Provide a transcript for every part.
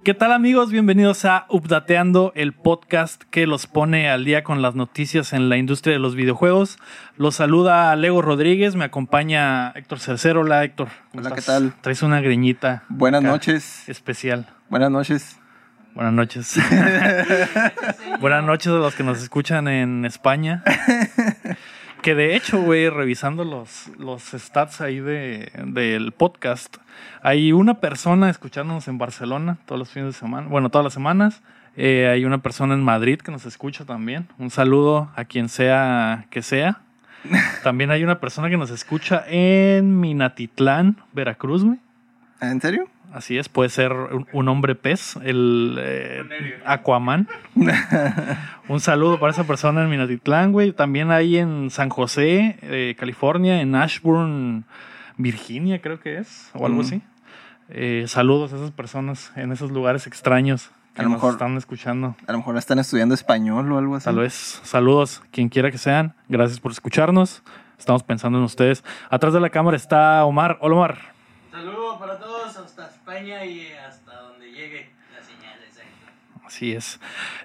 ¿Qué tal, amigos? Bienvenidos a Updateando, el podcast que los pone al día con las noticias en la industria de los videojuegos. Los saluda Lego Rodríguez, me acompaña Héctor Cercero. Hola, Héctor. Hola, ¿qué tal? Traes una greñita. Buenas noches. Especial. Buenas noches. Buenas noches. Buenas noches a los que nos escuchan en España. Que de hecho, güey, revisando los stats ahí del podcast, hay una persona escuchándonos en Barcelona todos los fines de semana, bueno, todas las semanas. Hay una persona en Madrid que nos escucha también. Un saludo a quien sea que sea. También hay una persona que nos escucha en Minatitlán, Veracruz, güey. ¿En serio? Así es, puede ser un hombre pez, el Aquaman. Un saludo para esa persona en Minatitlán, güey. También hay en San José, California, en Ashburn, Virginia, creo que es, o algo así. Saludos a esas personas en esos lugares extraños que nos están escuchando. A lo mejor están estudiando español o algo así. Tal vez. Saludos, quien quiera que sean. Gracias por escucharnos. Estamos pensando en ustedes. Atrás de la cámara está Omar. Hola, Omar. Saludos para todos hasta España y hasta donde llegue la señal, exacto. Así es.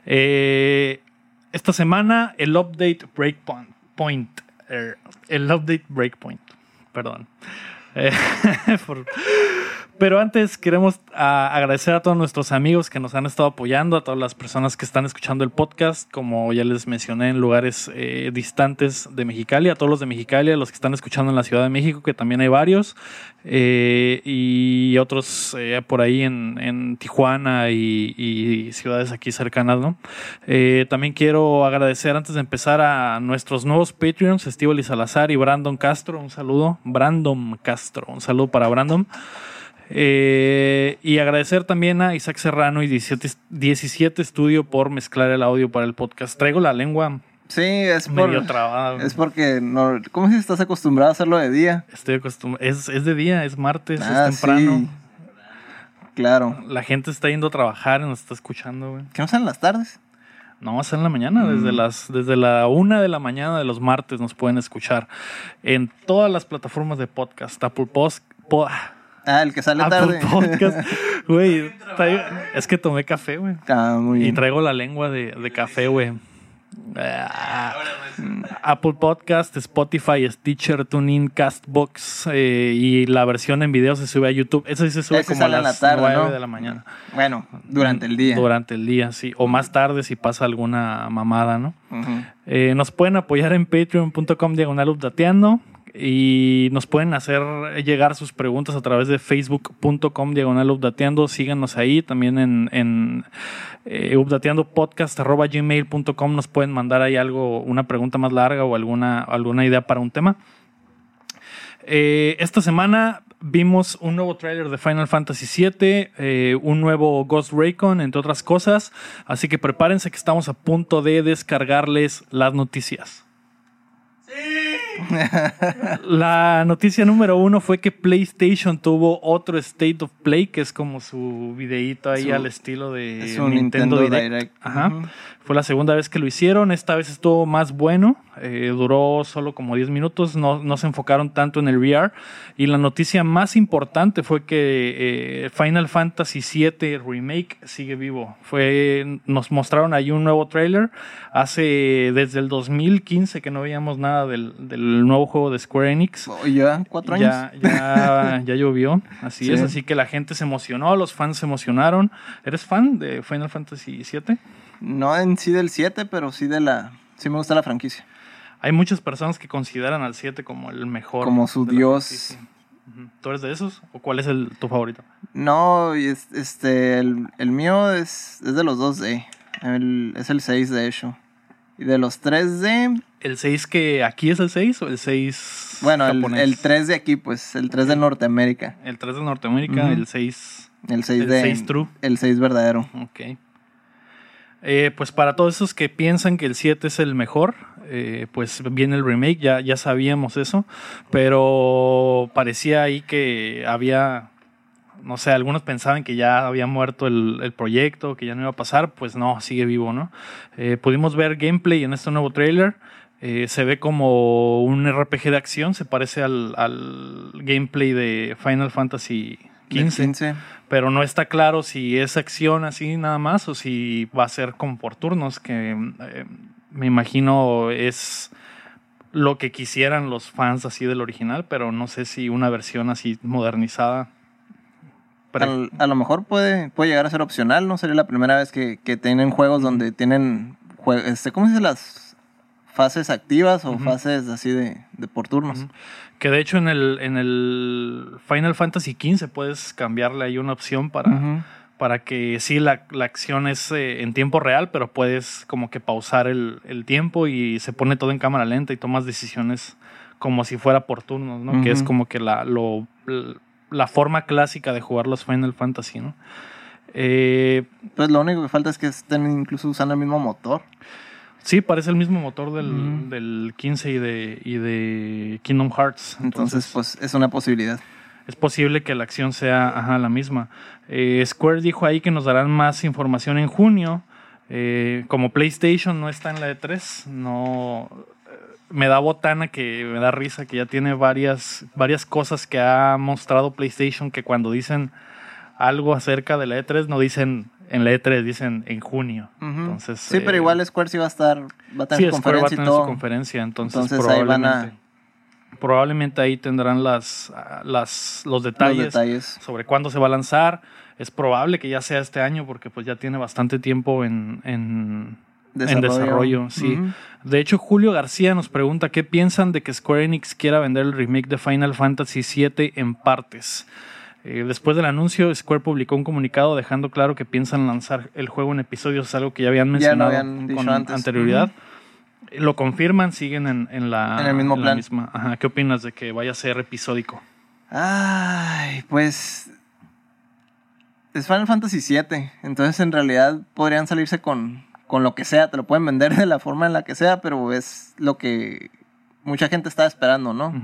Esta semana el update breakpoint. Perdón. Pero antes queremos agradecer a todos nuestros amigos que nos han estado apoyando, a todas las personas que están escuchando el podcast, como ya les mencioné, en lugares distantes de Mexicali, a todos los de Mexicali, a los que están escuchando en la Ciudad de México, que también hay varios, y otros por ahí en Tijuana y ciudades aquí cercanas, ¿no? También quiero agradecer antes de empezar a nuestros nuevos Patreons, Estíbal y Salazar y Brandon Castro. Un saludo. Brandon Castro, un saludo para Brandon. Y agradecer también a Isaac Serrano y 17 Studio por mezclar el audio para el podcast. Traigo la lengua medio trabada. Es porque no, ¿cómo si estás acostumbrado a hacerlo de día? Estoy acostumbrado. Es de día, es martes, es temprano. Sí. Claro. La gente está yendo a trabajar y nos está escuchando, güey. ¿Qué no salen las tardes? No, es en la mañana, desde la 1 de la mañana de los martes nos pueden escuchar en todas las plataformas de podcast. El que sale tarde. Apple Podcast. Güey, es que tomé café, güey. Muy bien. Y traigo la lengua de café, güey. Apple Podcast, Spotify, Stitcher, TuneIn, Castbox, y la versión en video se sube a YouTube. Eso sí se sube como a las 9 de la mañana. Bueno, durante el día. Durante el día, sí. O más tarde si pasa alguna mamada, ¿no? Uh-huh. Nos pueden apoyar en patreon.com/updateando. Y nos pueden hacer llegar sus preguntas a través de facebook.com/updateando. Síganos ahí. También en updateandopodcast@gmail.com nos pueden mandar ahí una pregunta más larga o alguna idea para un tema. Esta semana vimos un nuevo tráiler de Final Fantasy VII, un nuevo Ghost Recon, entre otras cosas. Así que prepárense que estamos a punto de descargarles las noticias. La noticia número 1 fue que PlayStation tuvo otro State of Play, que es como su videíto ahí al estilo de Nintendo Direct. Ajá. Uh-huh. Fue la segunda vez que lo hicieron. Esta vez estuvo más bueno. Duró solo como 10 minutos. No se enfocaron tanto en el VR. Y la noticia más importante fue que Final Fantasy VII Remake sigue vivo. Nos mostraron ahí un nuevo trailer. Desde el 2015 que no veíamos nada del nuevo juego de Square Enix. ¿Ya? ¿4 años? Ya llovió. Así sí. es. Así que la gente se emocionó. Los fans se emocionaron. ¿Eres fan de Final Fantasy VII? No en sí del 7, pero sí sí me gusta la franquicia. Hay muchas personas que consideran al 7 como el mejor. Como su dios. ¿Tú eres de esos? ¿O cuál es tu favorito? No, el mío es de los 2D. Es el 6, de hecho. Y de los 3D... ¿El 6 que aquí es el 6 o el 6 bueno, japonés? el 3 de aquí, pues. El 3 de Norteamérica. El 3 de Norteamérica, uh-huh. El 6... El 6 true. El 6 verdadero. Ok. Pues para todos esos que piensan que el 7 es el mejor, pues viene el remake, ya sabíamos eso, pero parecía ahí que había, no sé, algunos pensaban que ya había muerto el proyecto, que ya no iba a pasar. Pues no, sigue vivo, ¿no? Pudimos ver gameplay en este nuevo trailer. Se ve como un RPG de acción, se parece al gameplay de Final Fantasy 15. Pero no está claro si es acción así nada más o si va a ser como por turnos, que me imagino es lo que quisieran los fans así del original, pero no sé si una versión así modernizada. A lo mejor puede llegar a ser opcional, ¿no? Sería la primera vez que tienen juegos donde tienen, ¿cómo se dice? Las fases activas o fases así de por turnos. Que de hecho en el Final Fantasy XV puedes cambiarle ahí una opción para que sí la acción es en tiempo real, pero puedes como que pausar el tiempo y se pone todo en cámara lenta y tomas decisiones como si fuera por turnos, ¿no? Que es como que la forma clásica de jugar los Final Fantasy, ¿no? Pues lo único que falta es que estén incluso usando el mismo motor. Sí, parece el mismo motor del 15 y de Kingdom Hearts. Entonces, pues es una posibilidad. Es posible que la acción sea la misma. Square dijo ahí que nos darán más información en junio. Como PlayStation no está en la E3, no... me da botana, que me da risa, que ya tiene varias cosas que ha mostrado PlayStation, que cuando dicen algo acerca de la E3 no dicen en la E3, dicen en junio. Entonces, sí, pero igual Square sí va a tener su conferencia, va a tener su conferencia, entonces probablemente ahí tendrán los detalles sobre cuándo se va a lanzar. Es probable que ya sea este año, porque pues ya tiene bastante tiempo en desarrollo, sí. De hecho, Julio García nos pregunta qué piensan de que Square Enix quiera vender el remake de Final Fantasy VII en partes. Después del anuncio, Square publicó un comunicado dejando claro que piensan lanzar el juego en episodios, algo que ya habían mencionado con anterioridad. Lo confirman, siguen en el mismo plan. Misma. ¿Qué opinas de que vaya a ser episódico? Ay, pues es Final Fantasy VII, entonces en realidad podrían salirse con lo que sea, te lo pueden vender de la forma en la que sea, pero es lo que mucha gente está esperando, ¿no?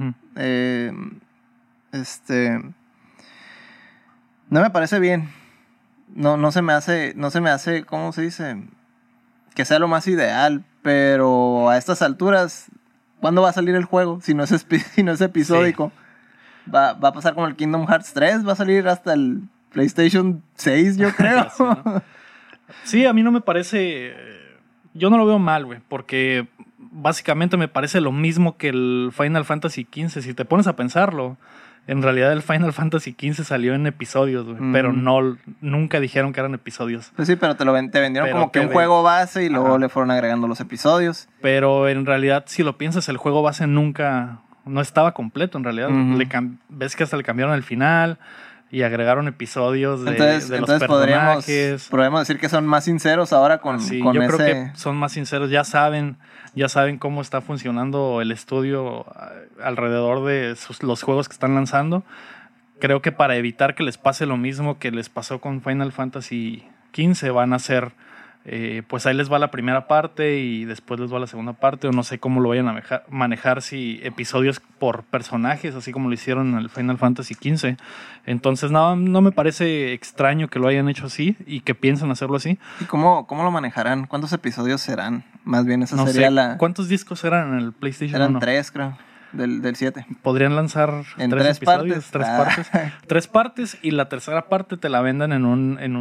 No me parece bien. No se me hace, ¿cómo se dice? Que sea lo más ideal, pero a estas alturas, ¿cuándo va a salir el juego? Si no es episódico. Sí. Va a pasar como el Kingdom Hearts 3, va a salir hasta el PlayStation 6, yo creo. Sí, ¿no? Sí, a mí no me parece... Yo no lo veo mal, güey, porque básicamente me parece lo mismo que el Final Fantasy XV. Si te pones a pensarlo, en realidad el Final Fantasy XV salió en episodios, güey, pero nunca dijeron que eran episodios. Pues sí, pero te vendieron como que un juego base y luego le fueron agregando los episodios. Pero en realidad, si lo piensas, el juego base no estaba completo, en realidad. Ves que hasta le cambiaron el final y agregaron episodios de los personajes. Podemos decir que son más sinceros ahora con yo creo que son más sinceros, ya saben cómo está funcionando el estudio alrededor de los juegos que están lanzando. Creo que para evitar que les pase lo mismo que les pasó con Final Fantasy XV, van a hacer pues ahí les va la primera parte y después les va la segunda parte, o no sé cómo lo vayan a manejar, si episodios por personajes, así como lo hicieron en el Final Fantasy XV. Entonces no me parece extraño que lo hayan hecho así y que piensen hacerlo así. ¿Y cómo lo manejarán? ¿Cuántos episodios serán? Más bien esa sería la... ¿Cuántos discos eran en el PlayStation 1? Eran 3, creo, del 7. Podrían lanzar en 3 episodios, partes. 3 partes, y la tercera parte te la vendan en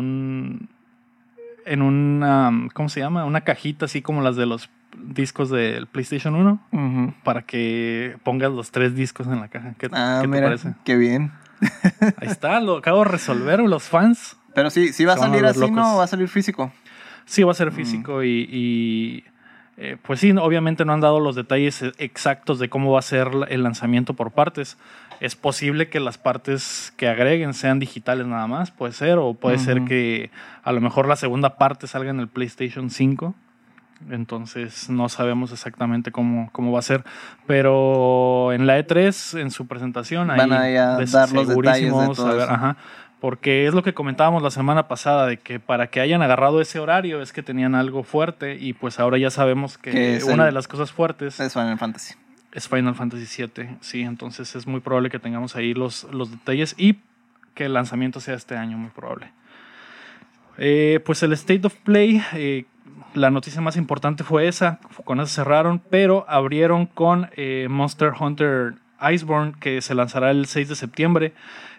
una, ¿cómo se llama? Una cajita así como las de los discos del PlayStation 1, para que pongas los 3 discos en la caja. ¿Qué te parece? Qué bien. Ahí está, lo acabo de resolver, los fans. Pero sí va a salir así, locos. ¿No? ¿Va a salir físico? Sí, va a ser físico y pues sí, obviamente no han dado los detalles exactos de cómo va a ser el lanzamiento por partes. Es posible que las partes que agreguen sean digitales nada más, puede ser, o puede ser que a lo mejor la segunda parte salga en el PlayStation 5. Entonces no sabemos exactamente cómo va a ser. Pero en la E3, en su presentación, van a dar los detalles de todo eso. Porque es lo que comentábamos la semana pasada, de que para que hayan agarrado ese horario es que tenían algo fuerte, y pues ahora ya sabemos que una de las cosas fuertes es Final Fantasy. Es Final Fantasy VII, sí, entonces es muy probable que tengamos ahí los detalles y que el lanzamiento sea este año, muy probable. Pues el State of Play, la noticia más importante fue esa, con eso cerraron, pero abrieron con Monster Hunter Iceborne, que se lanzará el 6 de septiembre.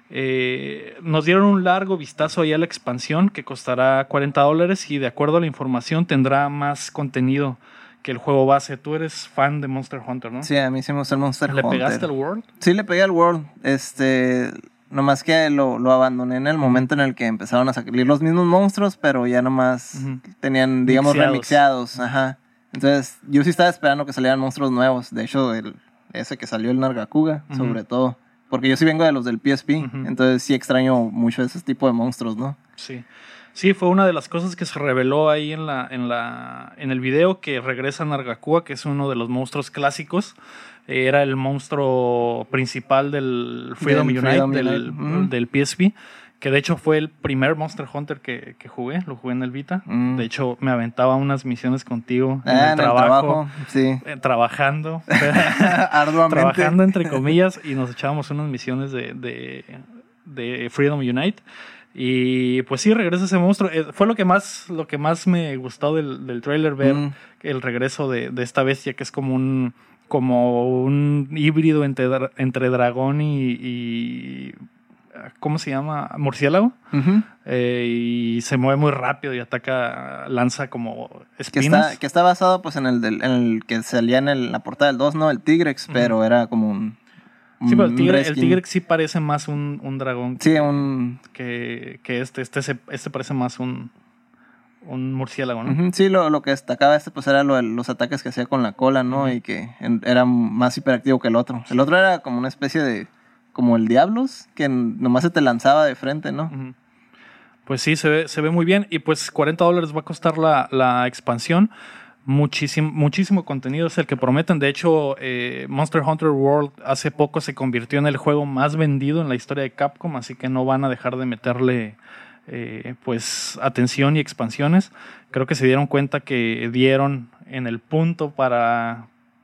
Nos dieron un largo vistazo ahí a la expansión, que costará $40, y de acuerdo a la información tendrá más contenido que el juego base. Tú eres fan de Monster Hunter, ¿no? Sí, a mí sí me gusta el Monster Hunter. ¿Le pegaste al World? Sí, le pegué al World. Nomás que lo abandoné en el momento en el que empezaron a salir los mismos monstruos, pero ya nomás tenían, digamos, remixeados. Ajá. Entonces, yo sí estaba esperando que salieran monstruos nuevos. De hecho, ese que salió, el Nargacuga, sobre todo. Porque yo sí vengo de los del PSP. Entonces, sí extraño mucho ese tipo de monstruos, ¿no? Sí. Sí, fue una de las cosas que se reveló ahí en el video, que regresa Nargacuga, que es uno de los monstruos clásicos. Era el monstruo principal del Freedom Unite, del PSP, que de hecho fue el primer Monster Hunter que jugué. Lo jugué en el Vita. De hecho, me aventaba unas misiones contigo en el trabajo. Sí. Trabajando. Arduamente. Trabajando, entre comillas, y nos echábamos unas misiones de Freedom Unite. Y pues sí, regresa ese monstruo. Fue lo que más me gustó del trailer, ver el regreso de esta bestia, que es como un híbrido entre dragón y ¿cómo se llama? Murciélago. Y se mueve muy rápido y lanza como espinas. Que está basado pues en el que salía en la portada del 2, ¿no? El Tigrex, pero era como un sí, pero el Tigrex sí parece más un dragón. Sí, que este parece más un murciélago, ¿no? Sí, lo que destacaba pues era los ataques que hacía con la cola, ¿no? Y que era más hiperactivo que el otro. El otro era como una especie de como el Diablos, que nomás se te lanzaba de frente, ¿no? Pues sí, se ve muy bien. Y pues $40 va a costar la expansión. Muchísimo contenido es el que prometen. De hecho, Monster Hunter World hace poco se convirtió en el juego más vendido en la historia de Capcom, así que no van a dejar de meterle pues atención y expansiones. Creo que se dieron cuenta que dieron en el punto para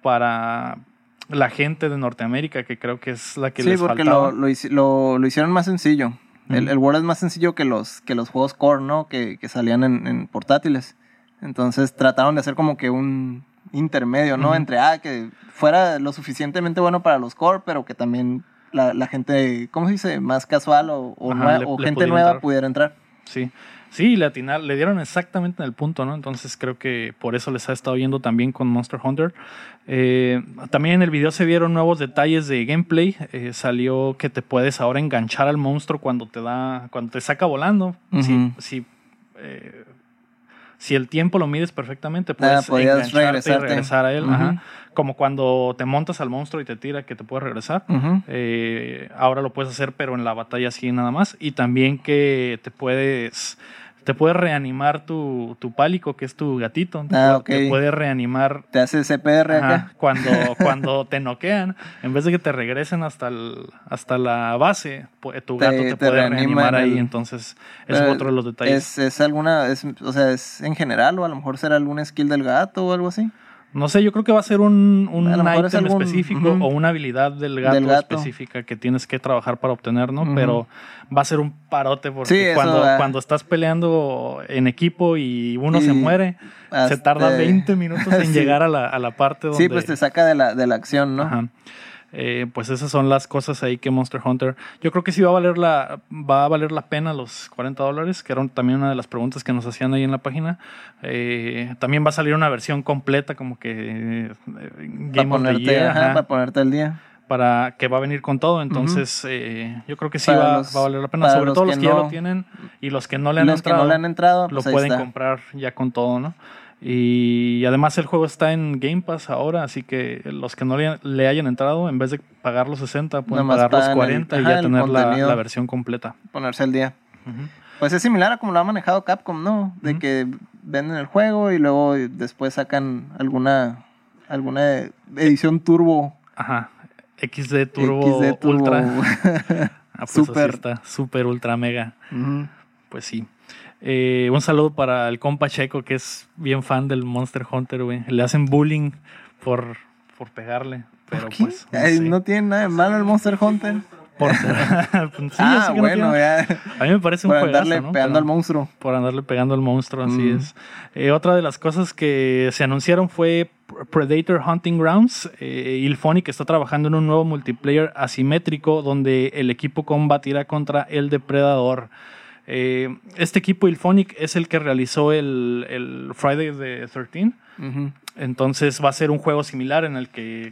la gente de Norteamérica, que creo que es la que les faltaba. Sí, porque lo hicieron más sencillo. El World es más sencillo que los juegos core, ¿no? Que salían en portátiles. Entonces trataron de hacer como que un intermedio, ¿no? Entre que fuera lo suficientemente bueno para los core, pero que también la gente, ¿cómo se dice? Más casual o gente nueva pudiera entrar. Sí, le dieron exactamente en el punto, ¿no? Entonces creo que por eso les ha estado yendo también con Monster Hunter. También en el video se vieron nuevos detalles de gameplay. Salió que te puedes ahora enganchar al monstruo cuando te saca volando. Si el tiempo lo mides perfectamente, puedes engancharte y regresar a él. Como cuando te montas al monstruo y te tira, que te puedes regresar. Ahora lo puedes hacer, pero en la batalla así nada más. Y también que te puedes reanimar tu pálico, que es tu gatito. Te puede reanimar. Te hace CPR acá. Cuando te noquean, en vez de que te regresen hasta la base, tu gato te puede reanimar ahí. Entonces, es otro de los detalles. ¿Es en general o a lo mejor será algún skill del gato o algo así? No sé, yo creo que va a ser un ítem específico o una habilidad del gato específica que tienes que trabajar para obtener, ¿no? Pero va a ser un parote porque cuando estás peleando en equipo y uno se muere, se tarda 20 minutos en llegar a la parte donde... Sí, pues te saca de la acción, ¿no? Ajá. Pues esas son las cosas ahí que Monster Hunter, yo creo que sí va a valer la pena los $40, que era también una de las preguntas que nos hacían ahí en la página. También va a salir una versión completa, como que Game of the Year, para ponerte al día, para que va a venir con todo. Entonces yo creo que sí va a valer la pena, sobre todo los que ya lo tienen, y los que no le han entrado, lo pueden comprar ya con todo, ¿no? Y además el juego está en Game Pass ahora, así que los que no le hayan entrado, en vez de pagar los 60, pueden pagar los 40 y ya tener la versión completa. Ponerse al día. Pues es similar a como lo ha manejado Capcom, ¿no? De que venden el juego y luego después sacan alguna edición turbo. XD Turbo Ultra. Pues super. Así está, super ultra mega. Pues sí. Un saludo para el compa Checo, que es bien fan del Monster Hunter, güey. Le hacen bullying por pegarle. Pero pues. No tiene nada de malo el Monster Hunter. Por ser. Sí, bueno, no ya. A mí me parece un juegazo, por andarle pegando al monstruo. Por andarle pegando al monstruo, así es. Otra de las cosas que se anunciaron fue Predator Hunting Grounds. IllFonic está trabajando en un nuevo multiplayer asimétrico donde el equipo combatirá contra el depredador. Este equipo IllFonic es el que realizó el Friday the 13th. Entonces va a ser un juego similar en el que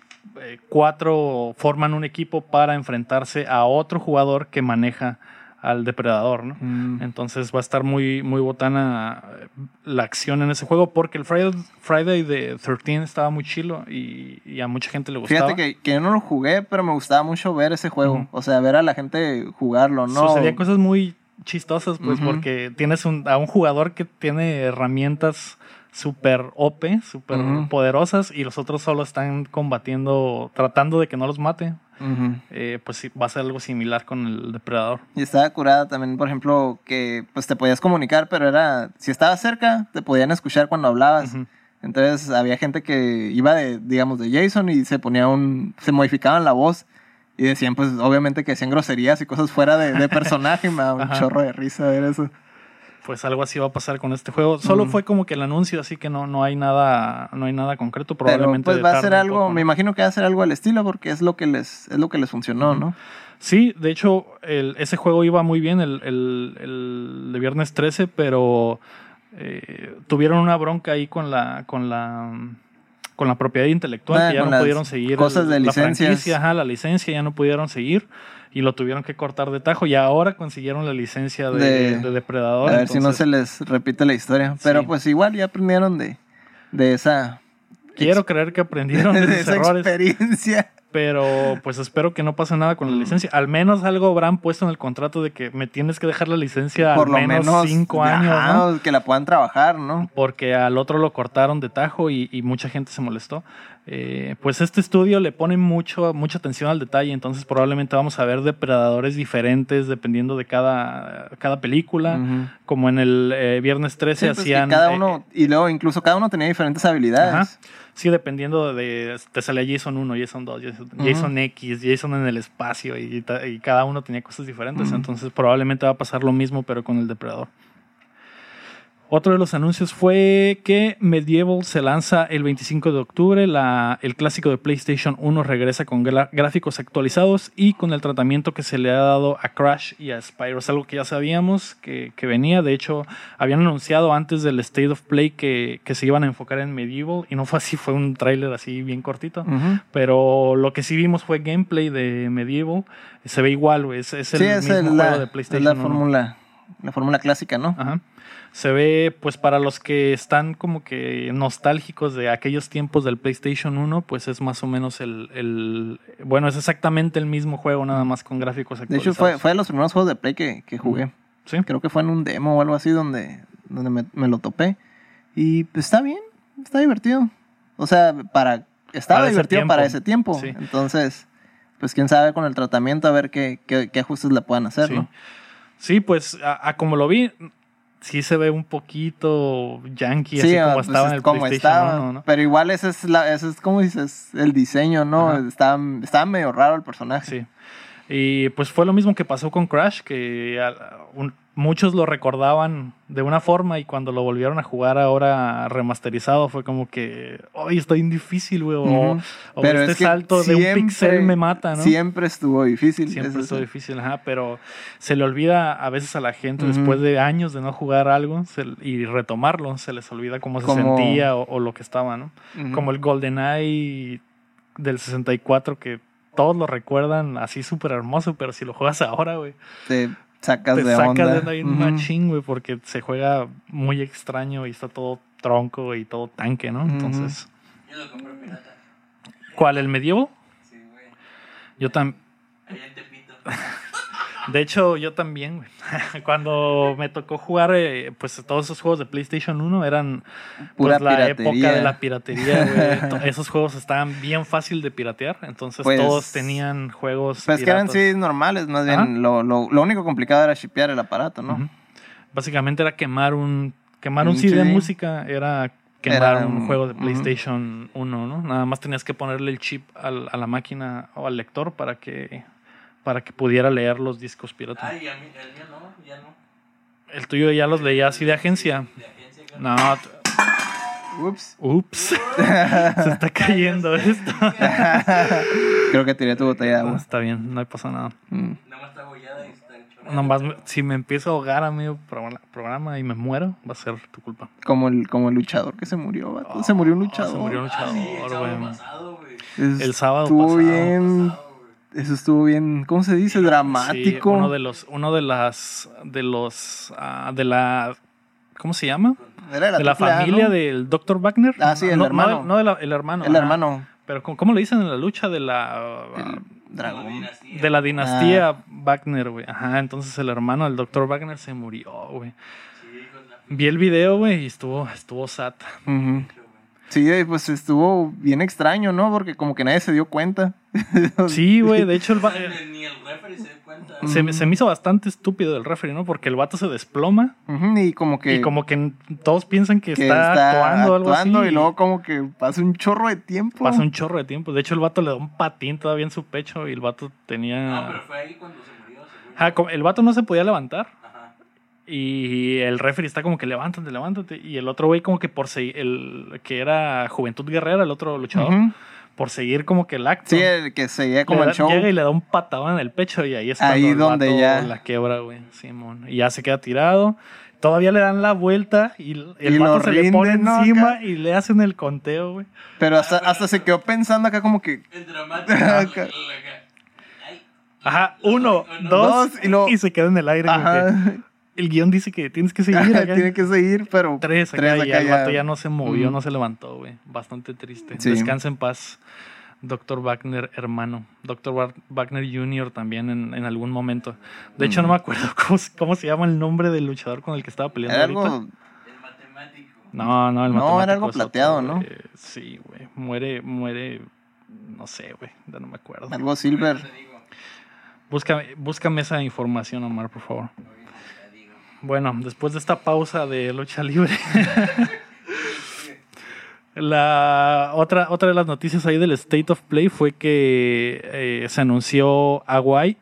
4 forman un equipo para enfrentarse a otro jugador que maneja al depredador, ¿no? Entonces va a estar muy, muy botana la acción en ese juego, porque el Friday the 13 estaba muy chilo y a mucha gente le gustaba. Fíjate que yo no lo jugué, pero me gustaba mucho ver ese juego. O sea, ver a la gente jugarlo, ¿no? Sucedían cosas muy chistosas, pues, porque tienes a un jugador que tiene herramientas súper OP, súper poderosas, y los otros solo están combatiendo, tratando de que no los mate. Pues sí, va a ser algo similar con el depredador. Y estaba curada también, por ejemplo, que pues te podías comunicar, pero si estabas cerca, te podían escuchar cuando hablabas. Entonces había gente que iba de Jason y se modificaban la voz y decían, pues obviamente que hacían groserías y cosas fuera de personaje. Me da un chorro de risa ver eso. Pues algo así va a pasar con este juego. Solo fue como que el anuncio, así que no hay nada concreto. Probablemente. Pero pues va a ser algo, me imagino que va a ser algo al estilo, porque es lo que les funcionó, ¿no? Sí, de hecho, ese juego iba muy bien el de viernes 13, pero tuvieron una bronca ahí con la propiedad intelectual, que ya no pudieron seguir cosas de licencias. La licencia ya no pudieron seguir. Y lo tuvieron que cortar de tajo. Y ahora consiguieron la licencia de Depredador. A ver si no se les repite la historia. Pero pues igual ya aprendieron de esa... Quiero creer que aprendieron de esos errores. Experiencia. Pero pues espero que no pase nada con la licencia. Al menos algo habrán puesto en el contrato de que me tienes que dejar la licencia por al menos 5 años, ¿no? Que la puedan trabajar, ¿no? Porque al otro lo cortaron de tajo y mucha gente se molestó. Pues este estudio le pone mucha atención al detalle, entonces probablemente vamos a ver depredadores diferentes dependiendo de cada película, como en el viernes 13 hacían... Cada uno, y luego incluso cada uno tenía diferentes habilidades. Sí, dependiendo te salía Jason 1, Jason 2, Jason X, Jason en el espacio y cada uno tenía cosas diferentes, entonces probablemente va a pasar lo mismo pero con el depredador. Otro de los anuncios fue que Medieval se lanza el 25 de octubre. El clásico de PlayStation 1 regresa con gráficos actualizados y con el tratamiento que se le ha dado a Crash y a Spyro. Es algo que ya sabíamos que venía. De hecho, habían anunciado antes del State of Play que se iban a enfocar en Medieval. Y no fue así, fue un tráiler así bien cortito. Pero lo que sí vimos fue gameplay de Medieval. Se ve igual, güey. Es el mismo juego de PlayStation 1. Es la fórmula clásica, ¿no? Ajá. Se ve, pues para los que están como que nostálgicos de aquellos tiempos del PlayStation 1, pues es más o menos bueno, es exactamente el mismo juego, nada más con gráficos actualizados. De hecho, fue de los primeros juegos de Play que jugué. ¿Sí? Creo que fue en un demo o algo así donde me lo topé. Y pues está bien, está divertido. O sea, estaba divertido para ese tiempo. Sí. Entonces, pues quién sabe con el tratamiento a ver qué ajustes le puedan hacer, sí. ¿no? Sí, pues como lo vi... Sí se ve un poquito yankee, así como pues estaba en el PlayStation 1, ¿no? Pero igual ese es como dices, el diseño, ¿no? Estaba medio raro el personaje. Sí. Y pues fue lo mismo que pasó con Crash, que muchos lo recordaban de una forma y cuando lo volvieron a jugar ahora remasterizado fue como que, ¡ay, está bien difícil, güey! O pero este salto de un pixel me mata, ¿no? Siempre estuvo difícil. Difícil, pero se le olvida a veces a la gente después de años de no jugar algo y retomarlo, se les olvida cómo se sentía o lo que estaba, ¿no? Como el GoldenEye del 64 que todos lo recuerdan así súper hermoso, pero si lo juegas ahora, güey... Te sacas de onda. De ahí un machín, güey, porque se juega muy extraño y está todo tronco y todo tanque, ¿no? Entonces... Yo lo compré pirata. ¿Cuál? ¿El Medieval? Sí, güey. Yo también... Allá en Tepito. De hecho, yo también, güey. Cuando me tocó jugar, pues todos esos juegos de PlayStation 1 eran pura pues, la piratería. época de la piratería, güey. Esos juegos estaban bien fácil de piratear, entonces pues, todos tenían juegos pues piratas. que eran sí normales, más bien lo único complicado era shipear el aparato, ¿no? Básicamente era quemar un CD de música, era quemar un juego de PlayStation 1, ¿no? Nada más tenías que ponerle el chip a la máquina o al lector para que para que pudiera leer los discos pirata. Ay, el mío no, ya no. El tuyo ya los leía así de agencia. No. Ups. Se está cayendo esto. Creo que tiré tu botella de agua. Está bien, no pasa nada. Nada más está abollada y está hecho. Nomás si me empiezo a ahogar a medio programa y me muero, va a ser tu culpa. Como el luchador que se murió, vato. Se murió un luchador. Se murió un luchador, el el sábado estuvo pasado. Bien, eso estuvo bien, ¿cómo se dice? Dramático. Sí, de la ¿cómo se llama? Era de la familia, ¿no? Del Dr. Wagner. Ah, sí, el hermano. No el hermano. El hermano. Pero ¿cómo le dicen en la lucha de la dragón? De la dinastía Wagner, güey. Ajá, entonces el hermano del Dr. Wagner se murió, güey. Vi el video, güey, y estuvo sad. Uh-huh. Sí, pues estuvo bien extraño, ¿no? Porque como que nadie se dio cuenta. Sí, güey, de hecho ni el referee se dio cuenta. Se me hizo bastante estúpido el referee, ¿no? Porque el vato se desploma. Uh-huh, y como que todos piensan que está actuando o algo así. Y luego como que pasa un chorro de tiempo. De hecho, el vato le da un patín todavía en su pecho y el vato tenía... Ah, pero fue ahí cuando se murió. El vato no se podía levantar. Y el referee está como que levántate. Y el otro güey como que por seguir, el que era Juventud Guerrera, el otro luchador, uh-huh, por seguir como que el acto. Sí, el que seguía como el show. Llega y le da un patadón en el pecho y ahí es cuando el donde vato ya la quiebra, güey. Simón. Y ya se queda tirado. Todavía le dan la vuelta y el vato se le pone encima y le hacen el conteo, güey. Pero hasta se quedó pensando acá como que... El dramático. Ajá, 1, 2 y se queda en el aire. Ajá. El guión dice que tienes que seguir acá. Tiene que seguir, pero... 3 acá y el vato ya no se movió, no se levantó, güey. Bastante triste. Sí. Descansa en paz, Dr. Wagner, hermano. Dr. Wagner Jr. también en algún momento. De hecho, no me acuerdo cómo se llama el nombre del luchador con el que estaba peleando ¿Era ahorita. algo? El matemático. No, el matemático. No, era algo plateado, otro, ¿no? Sí, güey. Muere... No sé, güey. Ya no me acuerdo. Algo Silver. Búscame esa información, Omar, por favor. Bueno, después de esta pausa de lucha libre, otra de las noticias ahí del State of Play fue que se anunció Away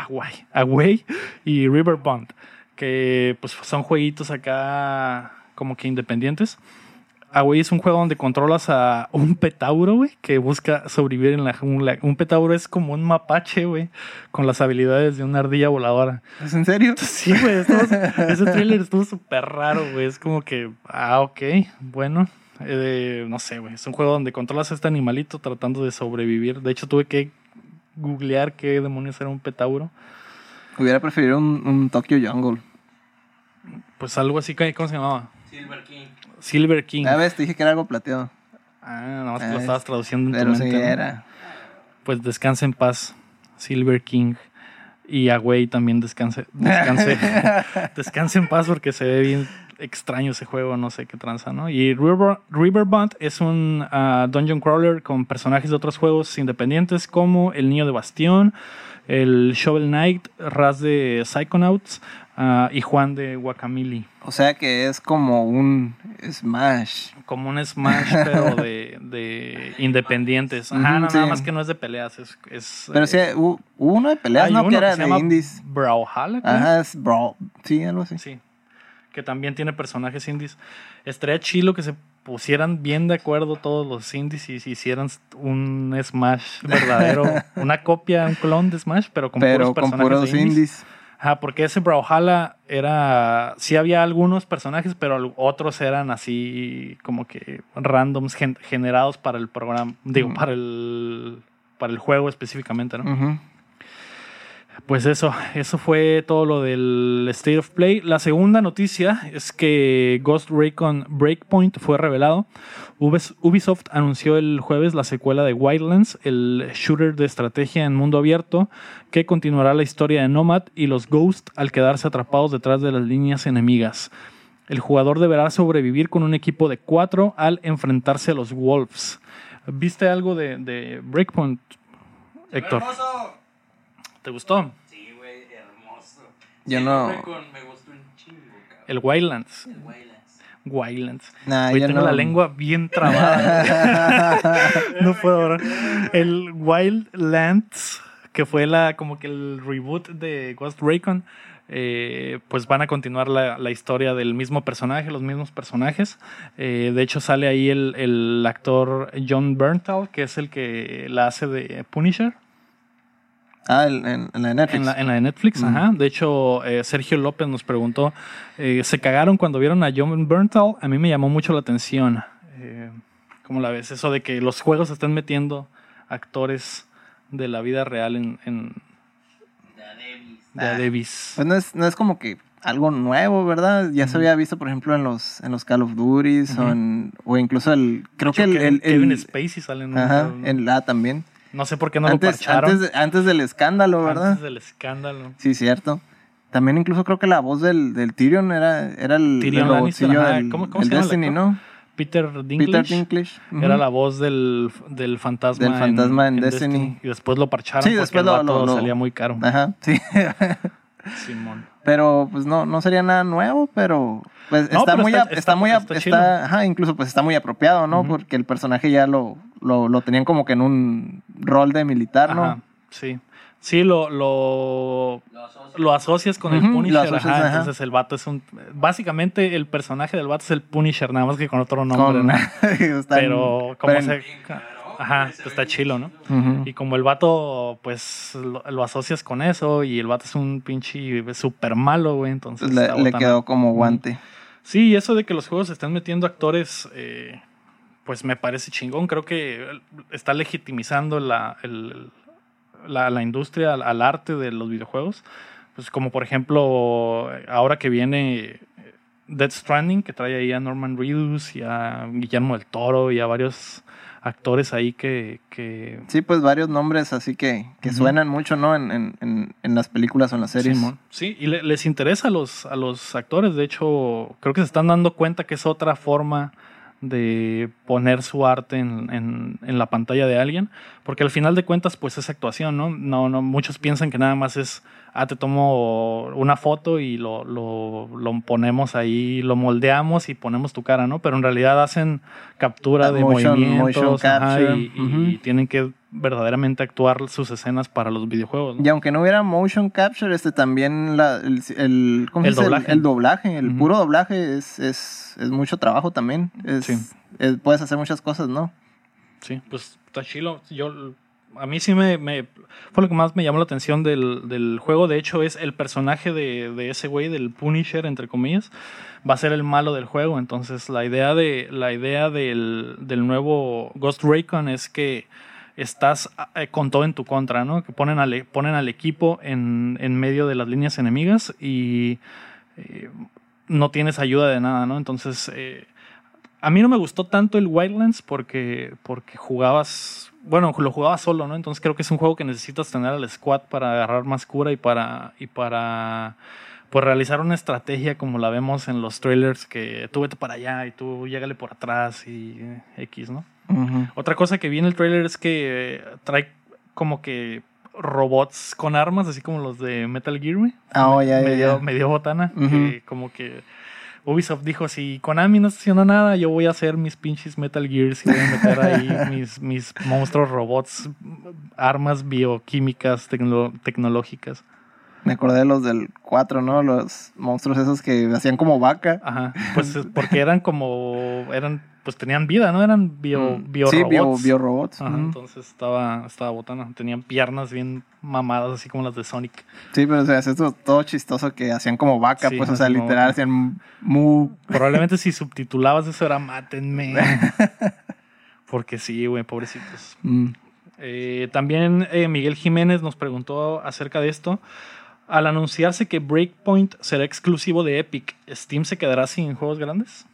y Riverbond, que pues son jueguitos acá como que independientes. Away es un juego donde controlas a un petauro, güey, que busca sobrevivir en la jungla. Un petauro es como un mapache, güey, con las habilidades de una ardilla voladora. ¿Es en serio? Sí, güey. Ese tráiler estuvo súper raro, güey. Es como que, ok, bueno. No sé, güey. Es un juego donde controlas a este animalito tratando de sobrevivir. De hecho, tuve que googlear qué demonios era un petauro. Hubiera preferido un Tokyo Jungle. Pues algo así, ¿cómo se llamaba? Silver King. A ver, te dije que era algo plateado. Nada más que lo estabas traduciendo en pero tu mente. Sí, era. Pues descanse en paz, Silver King. Y Away también descanse en paz porque se ve bien extraño ese juego, no sé qué tranza, ¿no? Y Riverbond es un dungeon crawler con personajes de otros juegos independientes como El Niño de Bastión, el Shovel Knight, Raz de Psychonauts y Juan de Guacamole. O sea que es como un Smash. Como un Smash, pero de independientes. Ajá, sí. Nada más que no es de peleas. Pero sí, hubo uno de peleas, ¿no? Que era de indies. Brawlhalla. Ajá, es Brawl. Sí, algo así. Sí. Que también tiene personajes indies. Estaría chilo que se pusieran bien de acuerdo todos los indies y si hicieran un Smash verdadero. Una copia, un clon de Smash, pero con puros indies. Ajá, porque ese Brawlhalla era... Sí había algunos personajes, pero otros eran así como que randoms generados para el programa. Digo, para el juego específicamente, ¿no? Uh-huh. Pues eso fue todo lo del State of Play. La segunda noticia es que Ghost Recon Breakpoint fue revelado. Ubisoft anunció el jueves la secuela de Wildlands, el shooter de estrategia en mundo abierto, que continuará la historia de Nomad y los Ghosts al quedarse atrapados detrás de las líneas enemigas. El jugador deberá sobrevivir con un equipo de 4 al enfrentarse a los Wolves. ¿Viste algo de Breakpoint, Héctor? ¡Hermoso! ¿Te gustó? Sí, güey, hermoso. Yo no. Me gustó un chingo, cabrón. El Wildlands. Nah, Hoy tengo la lengua bien trabada. No puedo hablar. El Wildlands que fue como que el reboot de Ghost Recon, pues van a continuar la historia del mismo personaje, los mismos personajes. De hecho sale ahí el actor Jon Bernthal, que es el que la hace de Punisher. En la de Netflix. En la de Netflix, ajá. De hecho, Sergio López nos preguntó, ¿se cagaron cuando vieron a Jon Bernthal? A mí me llamó mucho la atención. ¿Cómo la ves? Eso de que los juegos están metiendo actores de la vida real en de Adebis. Pues no es como que algo nuevo, ¿verdad? Ya se había visto, por ejemplo, en los Call of Duty o incluso creo que el Kevin Spacey sale en también. No sé por qué no lo parcharon. Antes del escándalo, ¿verdad? Antes del escándalo. Sí, cierto. También incluso creo que la voz del Tyrion era el Tyrion robotcillo del ¿cómo el Destiny, ¿no? Peter Dinklage. Era la voz del fantasma. Del fantasma en Destiny. Y después lo parcharon porque el vato salía muy caro. Ajá, sí. Simón. Pero pues no sería nada nuevo, pero pues incluso pues está muy apropiado, ¿no? Porque el personaje ya lo tenían como que en un rol de militar, ¿no? Ajá, sí. Sí, lo asocias con el Punisher. Entonces el vato es básicamente el personaje del vato es el Punisher, nada más que con otro nombre, ¿no? Pero como está chilo, ¿no? Y como el vato, pues lo asocias con eso y el vato es un pinche súper malo, güey, entonces le quedó como guante. Sí, y eso de que los juegos están metiendo actores, pues me parece chingón. Creo que está legitimizando la industria, al arte de los videojuegos. Pues como por ejemplo, ahora que viene Death Stranding, que trae ahí a Norman Reedus y a Guillermo del Toro y a varios actores ahí que... Sí, pues varios nombres así que suenan mucho, ¿no? En las películas o en las series. Sí, y les interesa a los actores. De hecho, creo que se están dando cuenta que es otra forma de poner su arte en la pantalla de alguien, porque al final de cuentas pues es actuación, ¿no? No, muchos piensan que nada más es te tomo una foto y lo ponemos ahí, lo moldeamos y ponemos tu cara, ¿no? Pero en realidad hacen captura de movimientos y tienen que verdaderamente actuar sus escenas para los videojuegos, ¿no? Y aunque no hubiera motion capture, también el doblaje, el puro doblaje es mucho trabajo también. Puedes hacer muchas cosas, ¿no? Sí, pues está chilo. A mí sí fue lo que más me llamó la atención del juego. De hecho, es el personaje de ese güey, del Punisher, entre comillas, va a ser el malo del juego. Entonces, la idea del nuevo Ghost Recon es que estás con todo en tu contra, ¿no? Que ponen al equipo en medio de las líneas enemigas y no tienes ayuda de nada, ¿no? Entonces, a mí no me gustó tanto el Wildlands porque lo jugabas solo, ¿no? Entonces creo que es un juego que necesitas tener al squad para agarrar más cura y para pues realizar una estrategia como la vemos en los trailers, que tú vete para allá y tú llégale por atrás y X, ¿no? Uh-huh. Otra cosa que vi en el trailer es que trae como que robots con armas, así como los de Metal Gear, güey. Me dio botana. Uh-huh. Que como que Ubisoft dijo, si Konami no está haciendo nada, yo voy a hacer mis pinches Metal Gears y voy a meter ahí mis monstruos robots, armas bioquímicas, tecnológicas. Me acordé de los del 4, ¿no? Los monstruos esos que hacían como vaca. Ajá, pues porque pues tenían vida, ¿no? Eran biorobots. Sí, biorobots. Ajá, entonces estaba botana. Tenían piernas bien mamadas, así como las de Sonic. Sí, pero o sea, es todo chistoso que hacían como vaca, sí, pues, o sea, literal, hacían mu. Probablemente si subtitulabas eso era mátenme. Porque sí, güey, pobrecitos. También Miguel Jiménez nos preguntó acerca de esto. Al anunciarse que Breakpoint será exclusivo de Epic, ¿Steam se quedará sin juegos grandes?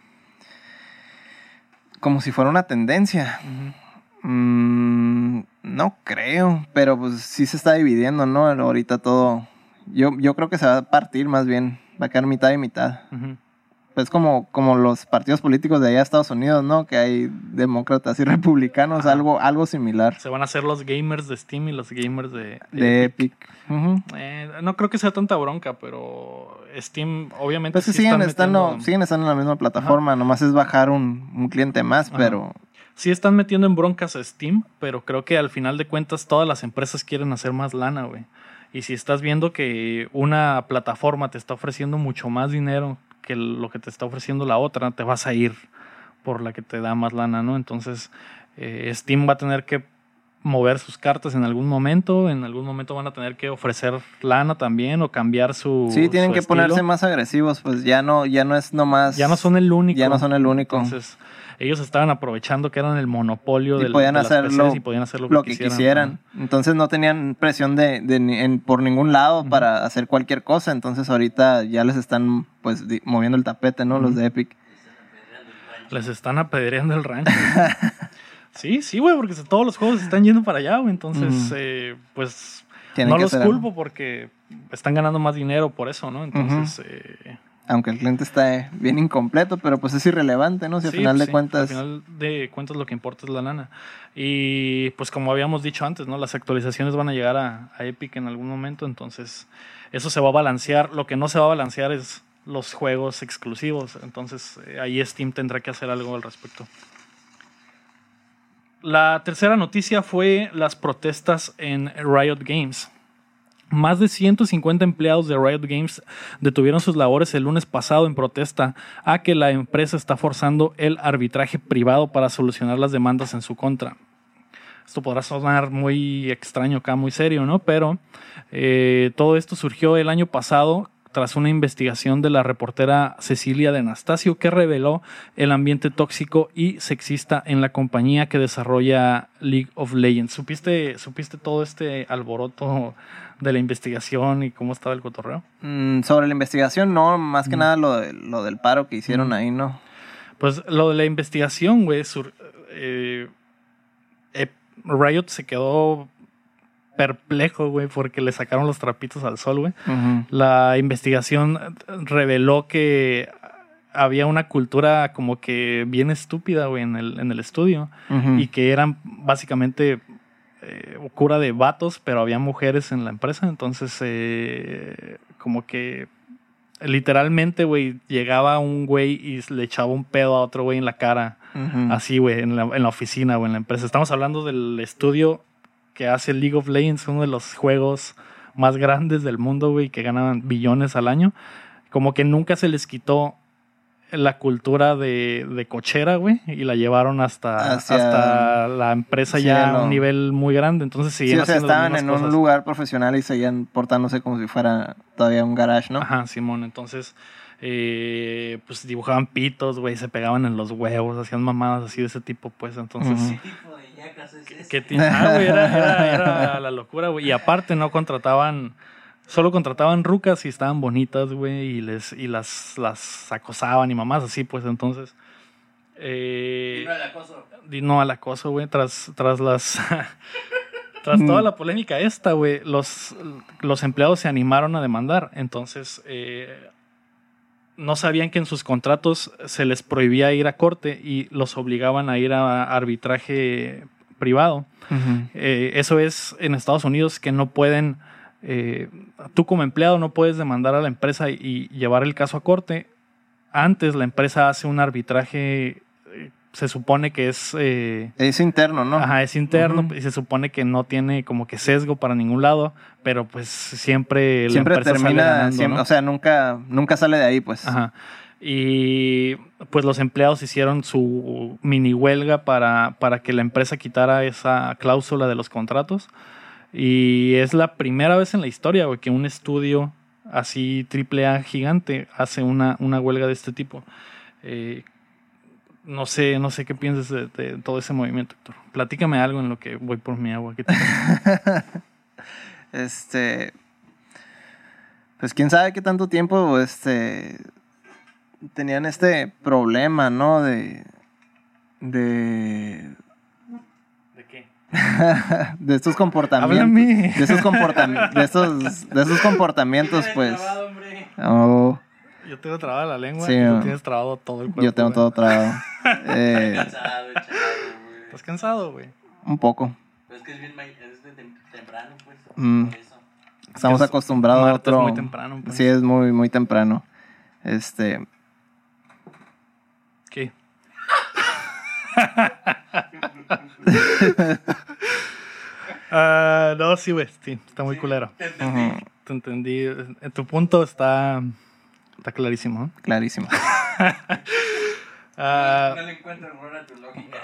Como si fuera una tendencia. Uh-huh. No creo, pero pues sí se está dividiendo, ¿no? Ahorita todo. Yo creo que se va a partir más bien. Va a quedar mitad y mitad. Uh-huh. Pues como los partidos políticos de allá de Estados Unidos, ¿no? Que hay demócratas y republicanos, algo similar. Se van a hacer los gamers de Steam y los gamers de Epic. Uh-huh. No creo que sea tanta bronca, pero Steam obviamente pues sí siguen estando en la misma plataforma. Ajá. Nomás es bajar un cliente más, pero sí están metiendo en broncas a Steam, pero creo que al final de cuentas todas las empresas quieren hacer más lana, güey. Y si estás viendo que una plataforma te está ofreciendo mucho más dinero que lo que te está ofreciendo la otra, te vas a ir por la que te da más lana, ¿no? Entonces, Steam va a tener que mover sus cartas en algún momento van a tener que ofrecer lana también o cambiar su Sí, tienen su que estilo. ponerse más agresivos, pues ya no es nomás... Ya no son el único. Entonces, ellos estaban aprovechando que eran el monopolio y de podían las hacer PCs y podían hacer lo que quisieran. Entonces no tenían presión por ningún lado para hacer cualquier cosa. Entonces ahorita ya les están pues moviendo el tapete, ¿no? Los de Epic. Les están apedreando el rancho. Sí, güey, porque todos los juegos están yendo para allá, güey. Entonces, pues no los culpo porque están ganando más dinero por eso, ¿no? Entonces... aunque el cliente está bien incompleto, pero pues es irrelevante, ¿no? Si al final de cuentas... Al final de cuentas lo que importa es la lana. Y pues como habíamos dicho antes, ¿no? Las actualizaciones van a llegar a Epic en algún momento, entonces eso se va a balancear. Lo que no se va a balancear es los juegos exclusivos, entonces ahí Steam tendrá que hacer algo al respecto. La tercera noticia fue las protestas en Riot Games. Más de 150 empleados de Riot Games detuvieron sus labores el lunes pasado en protesta a que la empresa está forzando el arbitraje privado para solucionar las demandas en su contra. Esto podrá sonar muy extraño acá, muy serio, ¿no? Pero todo esto surgió el año pasado tras una investigación de la reportera Cecilia de Anastasio que reveló el ambiente tóxico y sexista en la compañía que desarrolla League of Legends. ¿Supiste todo este alboroto de la investigación y cómo estaba el cotorreo? Sobre la investigación, no, más que nada lo del paro que hicieron ahí, ¿no? Pues lo de la investigación, güey, Riot se quedó perplejo, güey, porque le sacaron los trapitos al sol, güey. La investigación reveló que había una cultura como que bien estúpida, güey, en el estudio y que eran básicamente cura de vatos, pero había mujeres en la empresa, entonces como que literalmente, güey, llegaba un güey y le echaba un pedo a otro güey en la cara, así, güey, en la oficina o en la empresa. Estamos hablando del estudio que hace League of Legends, uno de los juegos más grandes del mundo, güey, que ganan billones al año. Como que nunca se les quitó la cultura de cochera, güey, y la llevaron hasta la empresa a un nivel muy grande. Entonces seguían haciendo las mismas estaban en un lugar profesional y seguían portándose como si fuera todavía un garage, ¿no? Ajá, Simón. Entonces, pues dibujaban pitos, güey, se pegaban en los huevos, hacían mamadas así de ese tipo, pues. Entonces, ¿Qué tipo de yacas es ese? Güey, era la locura, güey. Y aparte solo contrataban rucas y estaban bonitas, güey, y las acosaban y mamás así, pues. Entonces, ¿Y no al acoso? No al acoso, güey, tras toda la polémica esta, güey, los empleados se animaron a demandar. Entonces, no sabían que en sus contratos se les prohibía ir a corte y los obligaban a ir a arbitraje privado. Eso es en Estados Unidos, que no pueden, tú como empleado no puedes demandar a la empresa y llevar el caso a corte. Antes la empresa hace un arbitraje, se supone que es interno, ¿no? Ajá, es interno y se supone que no tiene como que sesgo para ningún lado, pero pues siempre la empresa termina sale ganando, ¿no? O sea, nunca sale de ahí, pues. Ajá. Y pues los empleados hicieron su mini huelga para que la empresa quitara esa cláusula de los contratos. Y es la primera vez en la historia, güey, que un estudio así AAA gigante hace una huelga de este tipo. No sé qué piensas de todo ese movimiento, Héctor. Platícame algo en lo que voy por mi agua. ¿Qué te Pues quién sabe qué tanto tiempo tenían este problema, ¿no? ¿De qué? De estos comportamientos. Háblame. De esos comportamientos, pues. Trabado, hombre. Oh. Yo tengo trabada la lengua Sí, y tú tienes trabado todo el cuerpo. Yo tengo todo trabado. Cansado, chavo, güey. ¿Estás cansado, güey? Un poco. Pero es que es de temprano, pues. Por eso. Estamos acostumbrados a otro. Es muy temprano, pues. Sí, es muy, muy temprano. ¿Qué? No, sí, güey, sí, está muy culero. Te entendí. En tu punto está clarísimo, ¿eh? Clarísimo. No le encuentro error a tu lógica.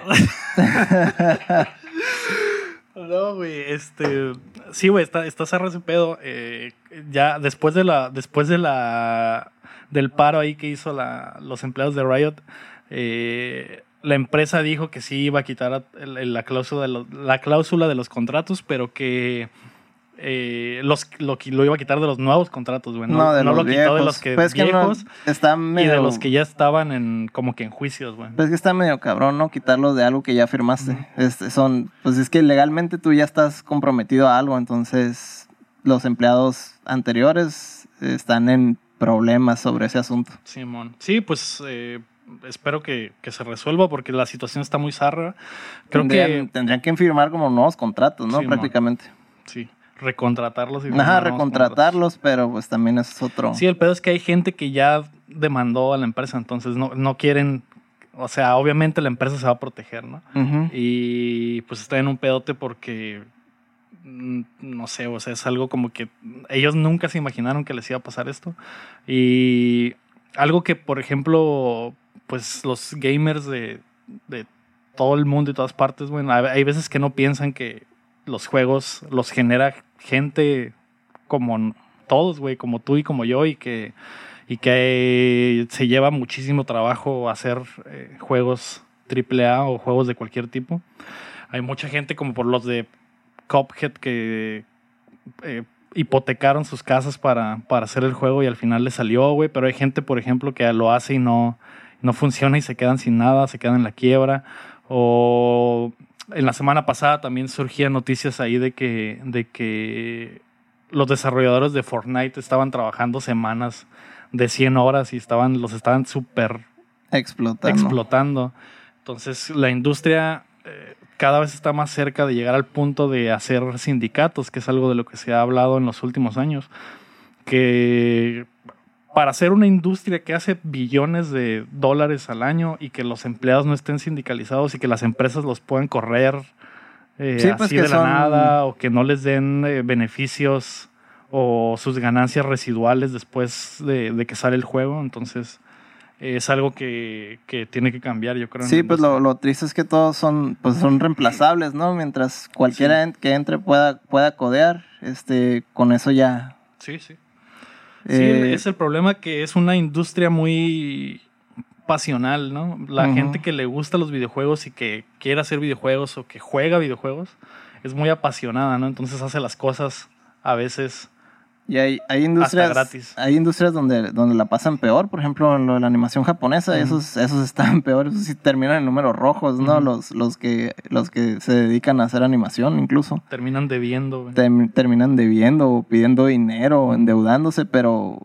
No, güey, sí, güey, está cerrado ese pedo. Ya después del paro ahí que hizo los empleados de Riot, la empresa dijo que sí iba a quitar la cláusula de los contratos, pero que lo iba a quitar de los nuevos contratos, güey. No lo quitó de los que pues viejos que está medio... y de los que ya estaban como que en juicios, güey. Pues es que está medio cabrón, ¿no? Quitarlo de algo que ya firmaste. Pues es que legalmente tú ya estás comprometido a algo, entonces los empleados anteriores están en problemas sobre ese asunto. Simón. Sí, pues espero que se resuelva porque la situación está muy zarra. Tendrían que firmar como nuevos contratos, ¿no? Sí, prácticamente. Sí. Recontratarlos. Recontratarlos, pero pues también es otro. Sí, el pedo es que hay gente que ya demandó a la empresa, entonces no quieren, o sea, obviamente la empresa se va a proteger, ¿no? Uh-huh. Y pues está en un pedote porque, no sé, o sea, es algo como que ellos nunca se imaginaron que les iba a pasar esto. Y algo que, por ejemplo, pues los gamers de todo el mundo y todas partes, bueno, hay veces que no piensan que los juegos los genera gente como todos, güey, como tú y como yo, y que se lleva muchísimo trabajo hacer juegos AAA o juegos de cualquier tipo. Hay mucha gente como por los de Cuphead que hipotecaron sus casas para hacer el juego y al final le salió, güey, pero hay gente, por ejemplo, que lo hace y no funciona y se quedan sin nada, se quedan en la quiebra. O en la semana pasada también surgían noticias ahí de que los desarrolladores de Fortnite estaban trabajando semanas de 100 horas y los estaban súper explotando. Entonces la industria cada vez está más cerca de llegar al punto de hacer sindicatos, que es algo de lo que se ha hablado en los últimos años. Que para hacer una industria que hace billones de dólares al año y que los empleados no estén sindicalizados y que las empresas los puedan correr así de la nada, o que no les den beneficios o sus ganancias residuales después de que sale el juego. Entonces es algo que tiene que cambiar, yo creo. Sí, pues lo triste es que todos son reemplazables, ¿no? Mientras cualquiera que entre pueda codear, con eso ya... Sí. Sí, es el problema, que es una industria muy pasional, ¿no? La gente que le gusta los videojuegos y que quiere hacer videojuegos o que juega videojuegos es muy apasionada, ¿no? Entonces hace las cosas a veces y hay industrias hasta gratis. Hay industrias donde la pasan peor, por ejemplo, en lo de la animación japonesa, esos están peores, esos sí terminan en números rojos, ¿no? Los que se dedican a hacer animación incluso. Terminan debiendo, güey. Terminan debiendo, pidiendo dinero, endeudándose, pero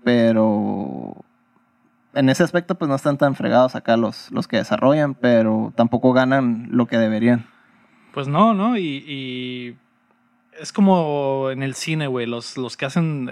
en ese aspecto pues no están tan fregados acá los que desarrollan, pero tampoco ganan lo que deberían. Pues no, y es como en el cine, güey, los que hacen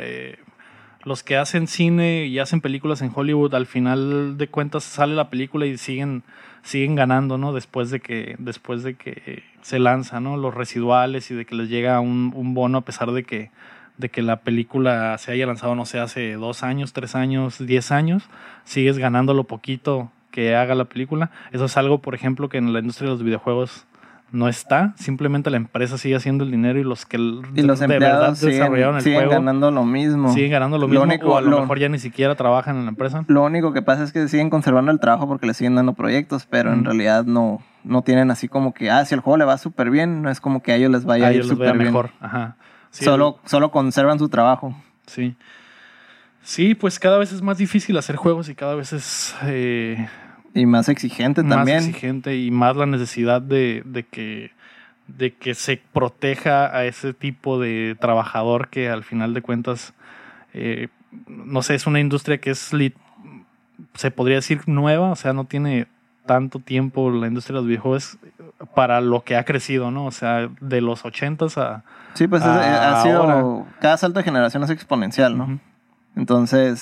cine y hacen películas en Hollywood, al final de cuentas sale la película y siguen ganando, ¿no? Después de que se lanza, ¿no? Los residuales y de que les llega un bono, a pesar de que la película se haya lanzado, no sé, hace 2 años, 3 años, 10 años, sigues ganando lo poquito que haga la película. Eso es algo, por ejemplo, que en la industria de los videojuegos no está. Simplemente la empresa sigue haciendo el dinero y los que los de verdad desarrollaron el juego siguen ganando lo mismo. Siguen ganando lo mismo, o a lo mejor ya ni siquiera trabajan en la empresa. Lo único que pasa es que siguen conservando el trabajo porque le siguen dando proyectos, pero en realidad no tienen así como que, si el juego le va súper bien, no es como que a ellos les vaya a ir súper bien. Mejor. Ajá. Sí, solo conservan su trabajo. Sí. Sí, pues cada vez es más difícil hacer juegos y cada vez es... y más exigente también. Más exigente y más la necesidad de que se proteja a ese tipo de trabajador que al final de cuentas, no sé, es una industria que se podría decir nueva, o sea, no tiene tanto tiempo la industria de los videojuegos para lo que ha crecido, ¿no? O sea, de los 80s a... Sí, pues ha sido... Cada salto de generación es exponencial, ¿no? Entonces...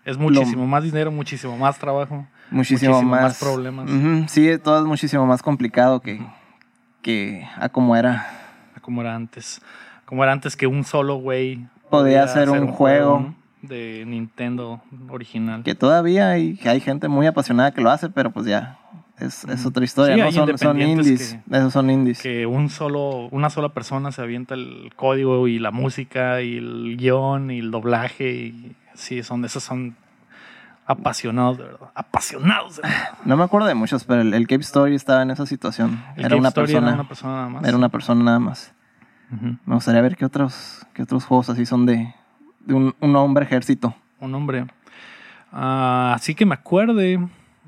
Es muchísimo más dinero, muchísimo más trabajo, muchísimo más problemas. Sí, todo es muchísimo más complicado que a como era. A como era antes. Como era antes que un solo güey podía hacer un juego, ¿no? De Nintendo original. Que todavía hay gente muy apasionada que lo hace, pero pues ya es otra historia, sí, ¿no? Son indies. Esos son indies. Que una sola persona se avienta el código y la música y el guión y el doblaje. Y sí, esos son apasionados, de verdad. Apasionados, de verdad. No me acuerdo de muchos, pero el Cave Story estaba en esa situación. Era una persona nada más. Era una persona nada más. Me gustaría ver qué otros juegos así son de un hombre ejército. Un hombre. Así que me acuerde.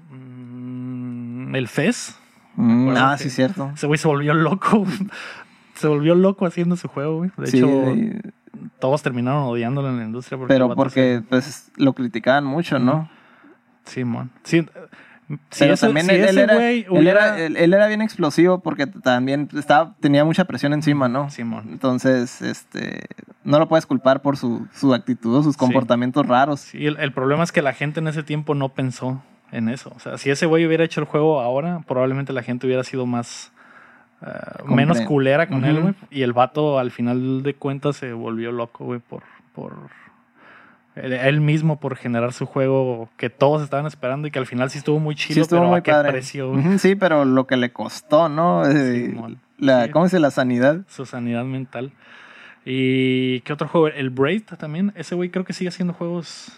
El Fez. Sí, cierto. Ese güey se volvió loco. Se volvió loco haciendo su juego, güey. De hecho, todos terminaron odiándolo en la industria. Porque pues lo criticaban mucho, ¿no? Sí, man. Sí. Pero también él era bien explosivo porque también tenía mucha presión encima, ¿no? Simón. Entonces, no lo puedes culpar por su actitud o sus comportamientos raros. Sí, el problema es que la gente en ese tiempo no pensó en eso. O sea, si ese güey hubiera hecho el juego ahora, probablemente la gente hubiera sido menos culera con él, güey. Y el vato, al final de cuentas, se volvió loco, güey, por él mismo, por generar su juego que todos estaban esperando y que al final sí estuvo muy chido, sí estuvo pero muy ¿a qué padre. precio? Sí, pero lo que le costó, ¿no? ¿Cómo se dice? La sanidad. Su sanidad mental. ¿Y qué otro juego? El Braid también. Ese güey creo que sigue haciendo juegos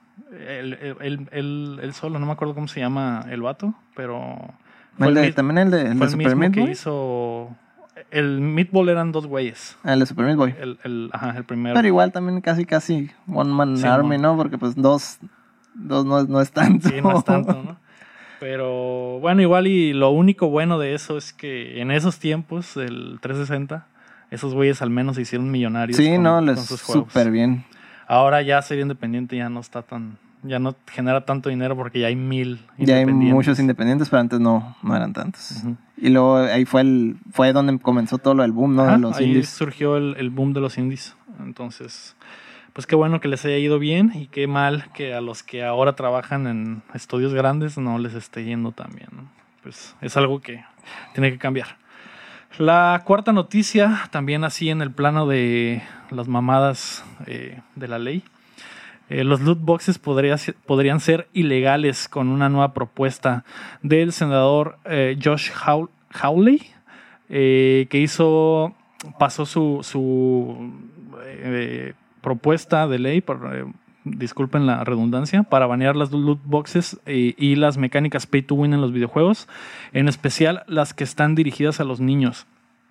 él solo. No me acuerdo cómo se llama el vato, pero... También el de Super Meat Boy. Que hizo... El Meat Ball eran dos güeyes. El de Super Meat Boy. El primero. Pero igual también casi One Man Army, ¿no? Porque pues dos no es tanto. Sí, no es tanto, ¿no? Pero bueno, igual y lo único bueno de eso es que en esos tiempos del 360, esos güeyes al menos se hicieron millonarios con sus juegos. Súper bien. Ahora ya ser independiente ya no está ya no genera tanto dinero porque ya hay 1000 independientes. Ya hay muchos independientes, pero antes no eran tantos. Y luego ahí fue donde comenzó todo lo del boom, ¿no? De los indies. Ahí surgió el boom de los indies. Entonces, pues qué bueno que les haya ido bien y qué mal que a los que ahora trabajan en estudios grandes no les esté yendo tan bien, ¿no? Pues es algo que tiene que cambiar. La cuarta noticia, también así en el plano de las mamadas de la ley. Los loot boxes podrían ser ilegales con una nueva propuesta del senador Josh Hawley, que pasó su propuesta de ley, disculpen la redundancia, para banear las loot boxes y las mecánicas pay to win en los videojuegos, en especial las que están dirigidas a los niños.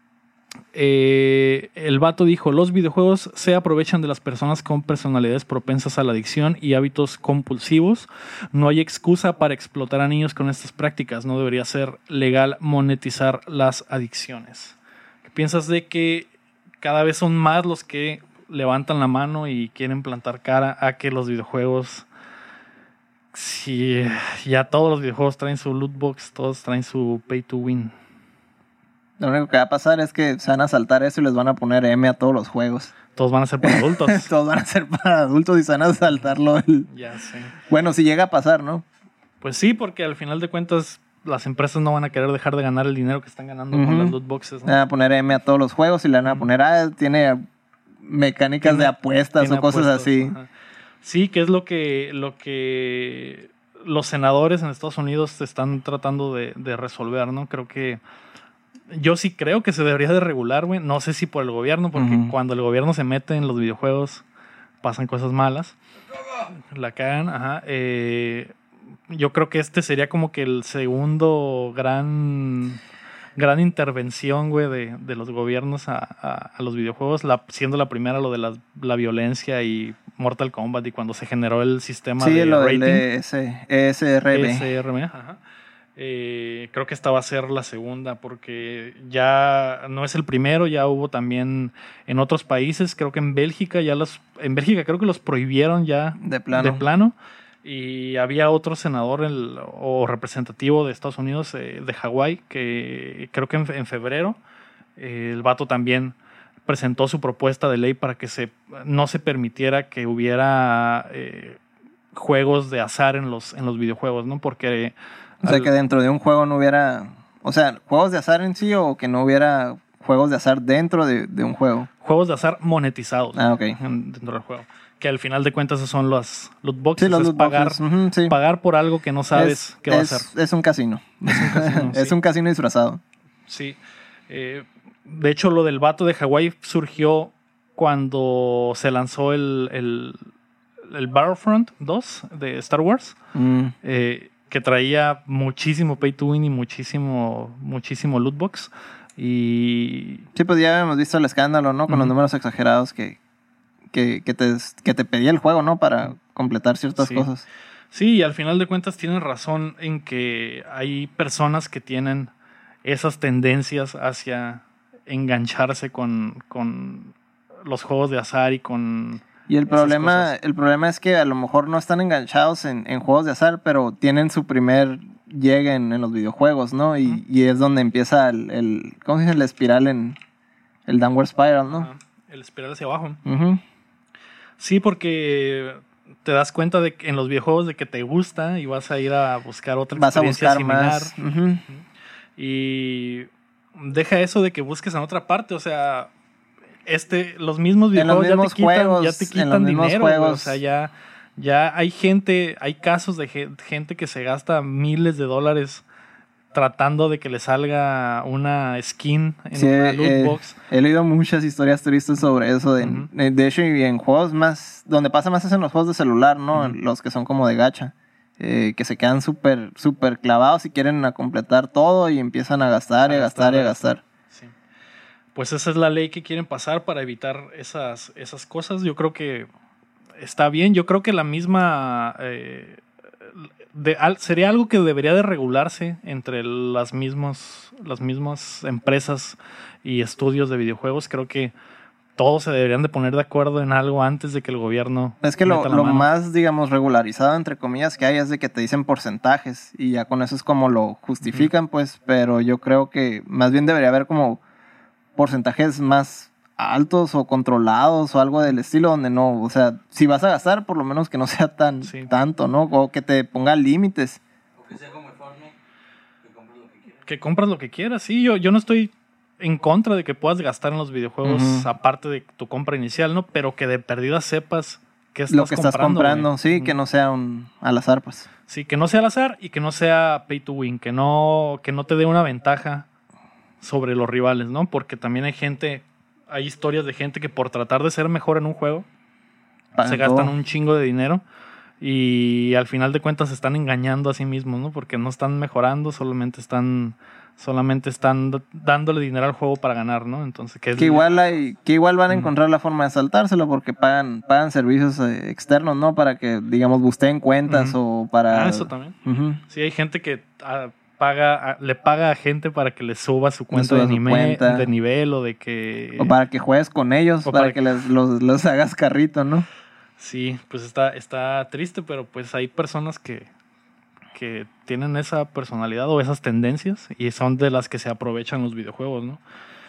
El vato dijo: los videojuegos se aprovechan de las personas con personalidades propensas a la adicción y hábitos compulsivos. No hay excusa para explotar a niños con estas prácticas. No debería ser legal monetizar las adicciones. ¿Qué piensas de que cada vez son más los que levantan la mano y quieren plantar cara a que los videojuegos, si ya todos los videojuegos traen su loot box, todos traen su pay to win? Lo único que va a pasar es que se van a saltar eso y les van a poner M a todos los juegos. Todos van a ser para adultos. Todos van a ser para adultos y se van a saltarlo. Ya sé. Bueno, si llega a pasar, ¿no? Pues sí, porque al final de cuentas las empresas no van a querer dejar de ganar el dinero que están ganando con las loot boxes, ¿no? Le van a poner M a todos los juegos y le van a poner, tiene mecánicas de apuestas o cosas así. Ajá. Sí, que es lo que los senadores en Estados Unidos están tratando de resolver, ¿no? Yo sí creo que se debería de regular, güey. No sé si por el gobierno, porque cuando el gobierno se mete en los videojuegos pasan cosas malas. La cagan, ajá. Yo creo que este sería como que el segundo gran intervención, güey, de los gobiernos a los videojuegos, siendo la primera lo de la violencia y Mortal Kombat y cuando se generó el sistema de rating. ESRB, ajá. Creo que esta va a ser la segunda porque ya no es el primero, ya hubo también en otros países, creo que en Bélgica creo que los prohibieron ya de plano y había otro senador o representativo de Estados Unidos, de Hawái, que creo que en febrero el vato también presentó su propuesta de ley para que no se permitiera que hubiera juegos de azar en los videojuegos, ¿no? Porque... O sea, que dentro de un juego no hubiera... O sea, ¿juegos de azar en sí o que no hubiera juegos de azar dentro de un juego? Juegos de azar monetizados. Ah, ok. Dentro del juego. Que al final de cuentas son los loot boxes. Sí, los loot boxes. Sí. Pagar por algo que no sabes qué va a ser. Es un casino. Es un casino, Es un casino disfrazado. Sí. De hecho, lo del vato de Hawái surgió cuando se lanzó el Battlefront 2 de Star Wars. Que traía muchísimo pay to win y muchísimo loot box. Y... Sí, pues ya hemos visto el escándalo, ¿no? Con los números exagerados que te pedía el juego, ¿no? Para completar ciertas cosas. Sí, y al final de cuentas tienen razón en que hay personas que tienen esas tendencias hacia engancharse con los juegos de azar y con... Y el problema es que a lo mejor no están enganchados en juegos de azar, pero tienen su primer llegue en los videojuegos, ¿no? Y es donde empieza el ¿cómo se dice? La espiral en el downward spiral, ¿no? El espiral hacia abajo. Sí, porque te das cuenta de que en los videojuegos de que te gusta y vas a ir a buscar otra experiencia similar. Más. Y deja eso de que busques en otra parte, o sea... los mismos videojuegos ya te quitan dinero, o sea, ya hay casos de gente que se gasta miles de dólares tratando de que le salga una skin en una loot box. He leído muchas historias tristes sobre eso, de hecho, y en juegos más, donde pasa más es en los juegos de celular, ¿no? Los que son como de gacha, que se quedan súper clavados y quieren completar todo y empiezan a gastar y a gastar. Pues esa es la ley que quieren pasar para evitar esas cosas. Yo creo que está bien. Yo creo que la misma... sería algo que debería de regularse entre las mismas empresas y estudios de videojuegos. Creo que todos se deberían de poner de acuerdo en algo antes de que el gobierno... Es que lo más, digamos, regularizado, entre comillas, que hay es de que te dicen porcentajes y ya con eso es como lo justifican, pues. Pero yo creo que más bien debería haber como... porcentajes más altos o controlados o algo del estilo donde no, o sea, si vas a gastar, por lo menos que no sea tanto, ¿no? O que te ponga límites. O que sea como el Fortnite, que compras lo que quieras. Que compras lo que quieras, sí. Yo no estoy en contra de que puedas gastar en los videojuegos aparte de tu compra inicial, ¿no? Pero que de perdida sepas qué estás lo que estás comprando, sí, que no sea al azar, pues. Sí, que no sea al azar y que no sea pay to win, que no te dé una ventaja sobre los rivales, ¿no? Porque también hay historias de gente que por tratar de ser mejor en un juego se gastan un chingo de dinero y al final de cuentas se están engañando a sí mismos, ¿no? Porque no están mejorando, solamente están dándole dinero al juego para ganar, ¿no? Entonces, que igual van a encontrar la forma de saltárselo porque pagan servicios externos, ¿no? Para que, digamos, busteen cuentas o para... eso también. Sí, hay gente que... le paga a gente para que le suba su cuenta de nivel o de que... O para que juegues con ellos, para que los hagas carrito, ¿no? Sí, pues está triste, pero pues hay personas que tienen esa personalidad o esas tendencias y son de las que se aprovechan los videojuegos, ¿no?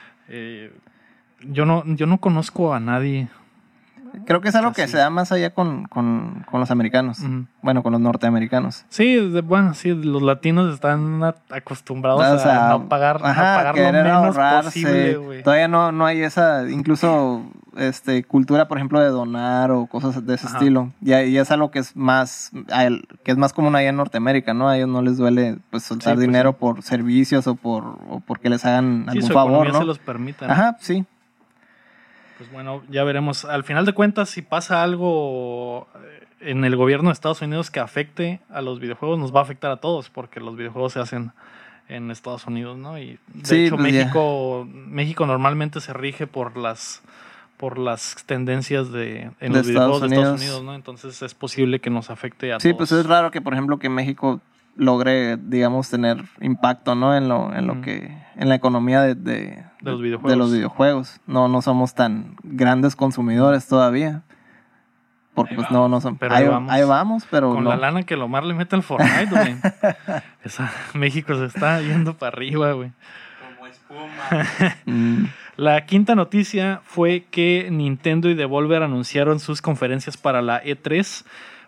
Yo no conozco a nadie... Creo que es algo que se da más allá con los americanos. Bueno, con los norteamericanos. Sí, los latinos están acostumbrados a no pagar lo menos posible, güey. Todavía no hay esa, incluso cultura, por ejemplo, de donar o cosas de ese estilo. Y es algo que es más común allá en Norteamérica, ¿no? A ellos no les duele pues soltar dinero por servicios o porque les hagan algún favor, ¿no? Se los permitan. Ajá, sí. Pues bueno, ya veremos. Al final de cuentas, si pasa algo en el gobierno de Estados Unidos que afecte a los videojuegos, nos va a afectar a todos, porque los videojuegos se hacen en Estados Unidos, ¿no? Y de hecho, México normalmente se rige por las tendencias en los videojuegos de Estados Unidos, ¿no? Entonces es posible que nos afecte a todos. Sí, pues es raro que, por ejemplo, que México logre, digamos, tener impacto, ¿no? En la economía de los videojuegos. No somos tan grandes consumidores todavía. Porque pues no son. Pero ahí vamos, pero con la lana que Lomar le mete al Fortnite, güey. México se está yendo para arriba, güey. Como espuma. La quinta noticia fue que Nintendo y Devolver anunciaron sus conferencias para la E3.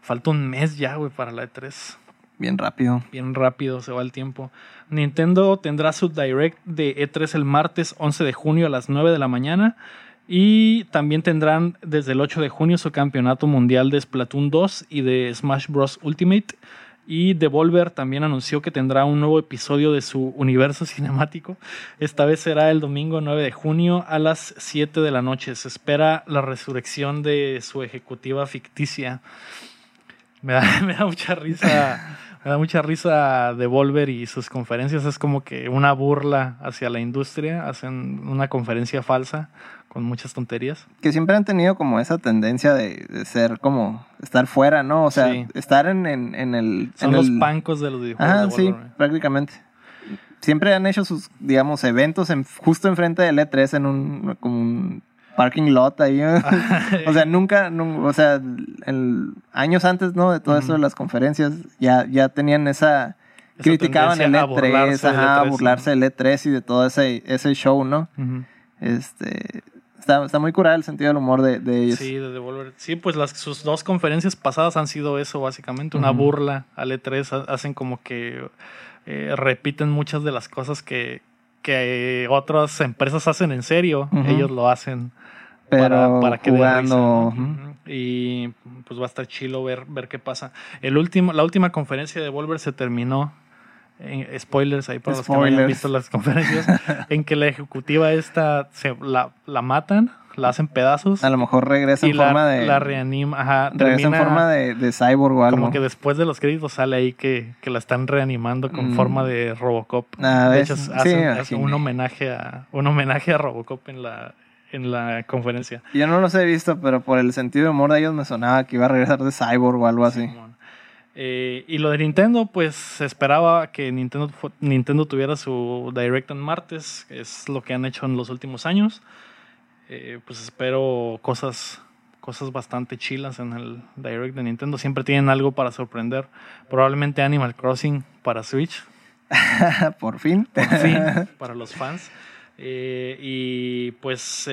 Falta un mes ya, güey, para la E3. Bien rápido. Bien rápido se va el tiempo. Nintendo tendrá su Direct de E3 el martes 11 de junio a las 9 de la mañana. Y también tendrán desde el 8 de junio su campeonato mundial de Splatoon 2 y de Smash Bros. Ultimate. Y Devolver también anunció que tendrá un nuevo episodio de su universo cinemático. Esta vez será el domingo 9 de junio a las 7 de la noche. Se espera la resurrección de su ejecutiva ficticia. Me da mucha risa. Me da mucha risa Devolver y sus conferencias. Es como que una burla hacia la industria. Hacen una conferencia falsa con muchas tonterías. Que siempre han tenido como esa tendencia de ser como estar fuera, ¿no? O sea, sí. Estar en el... Son los pancos de los videojuegos. Ajá, sí, prácticamente. Siempre han hecho sus, digamos, eventos justo enfrente del E3 en un parking lot ahí. O sea, nunca, o sea, años antes, ¿no? De todo eso de las conferencias, ya tenían esa criticaban el E3, a burlarse del E3 y de todo ese show, ¿no? Está muy curado el sentido del humor de ellos. Sí, de Devolver. Sí, pues sus dos conferencias pasadas han sido eso, básicamente, una burla al E3. Hacen como que repiten muchas de las cosas que otras empresas hacen en serio. Ellos lo hacen para que jugando. Y pues va a estar chilo ver qué pasa. La última conferencia de Devolver se terminó. Spoilers ahí para los que no hayan visto las conferencias, en que la ejecutiva la matan, la hacen pedazos. A lo mejor regresa en forma de... La reanima, regresa en forma de cyborg o algo. Como que después de los créditos sale ahí que la están reanimando con forma de Robocop. De hecho, hacen un homenaje a Robocop en la conferencia. Yo no los he visto, pero por el sentido de humor de ellos me sonaba que iba a regresar de cyborg o algo así. Y lo de Nintendo, pues se esperaba que Nintendo tuviera su Direct en martes, que es lo que han hecho en los últimos años. Pues espero cosas bastante chilas en el Direct de Nintendo. Siempre tienen algo para sorprender. Probablemente Animal Crossing para Switch. Por fin, para los fans. Y pues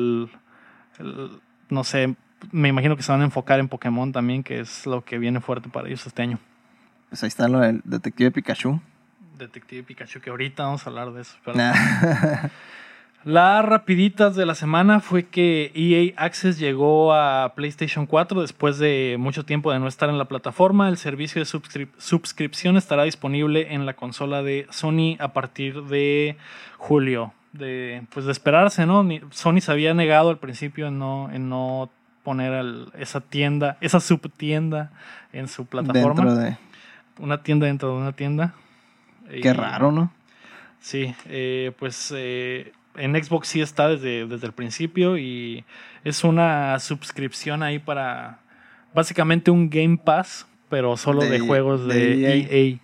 no sé, me imagino que se van a enfocar en Pokémon también, que es lo que viene fuerte para ellos este año. Pues ahí está lo del Detective Pikachu. Detective Pikachu, que ahorita vamos a hablar de eso. Las rapiditas de la semana fue que EA Access llegó a PlayStation 4 después de mucho tiempo de no estar en la plataforma. El servicio de suscripción estará disponible en la consola de Sony a partir de julio. De esperarse, ¿no? Sony se había negado al principio en no poner esa subtienda en su plataforma. Una tienda dentro de una tienda. Qué raro, ¿no? Sí, en Xbox sí está desde el principio y es una suscripción ahí para básicamente un Game Pass, pero solo de juegos de EA.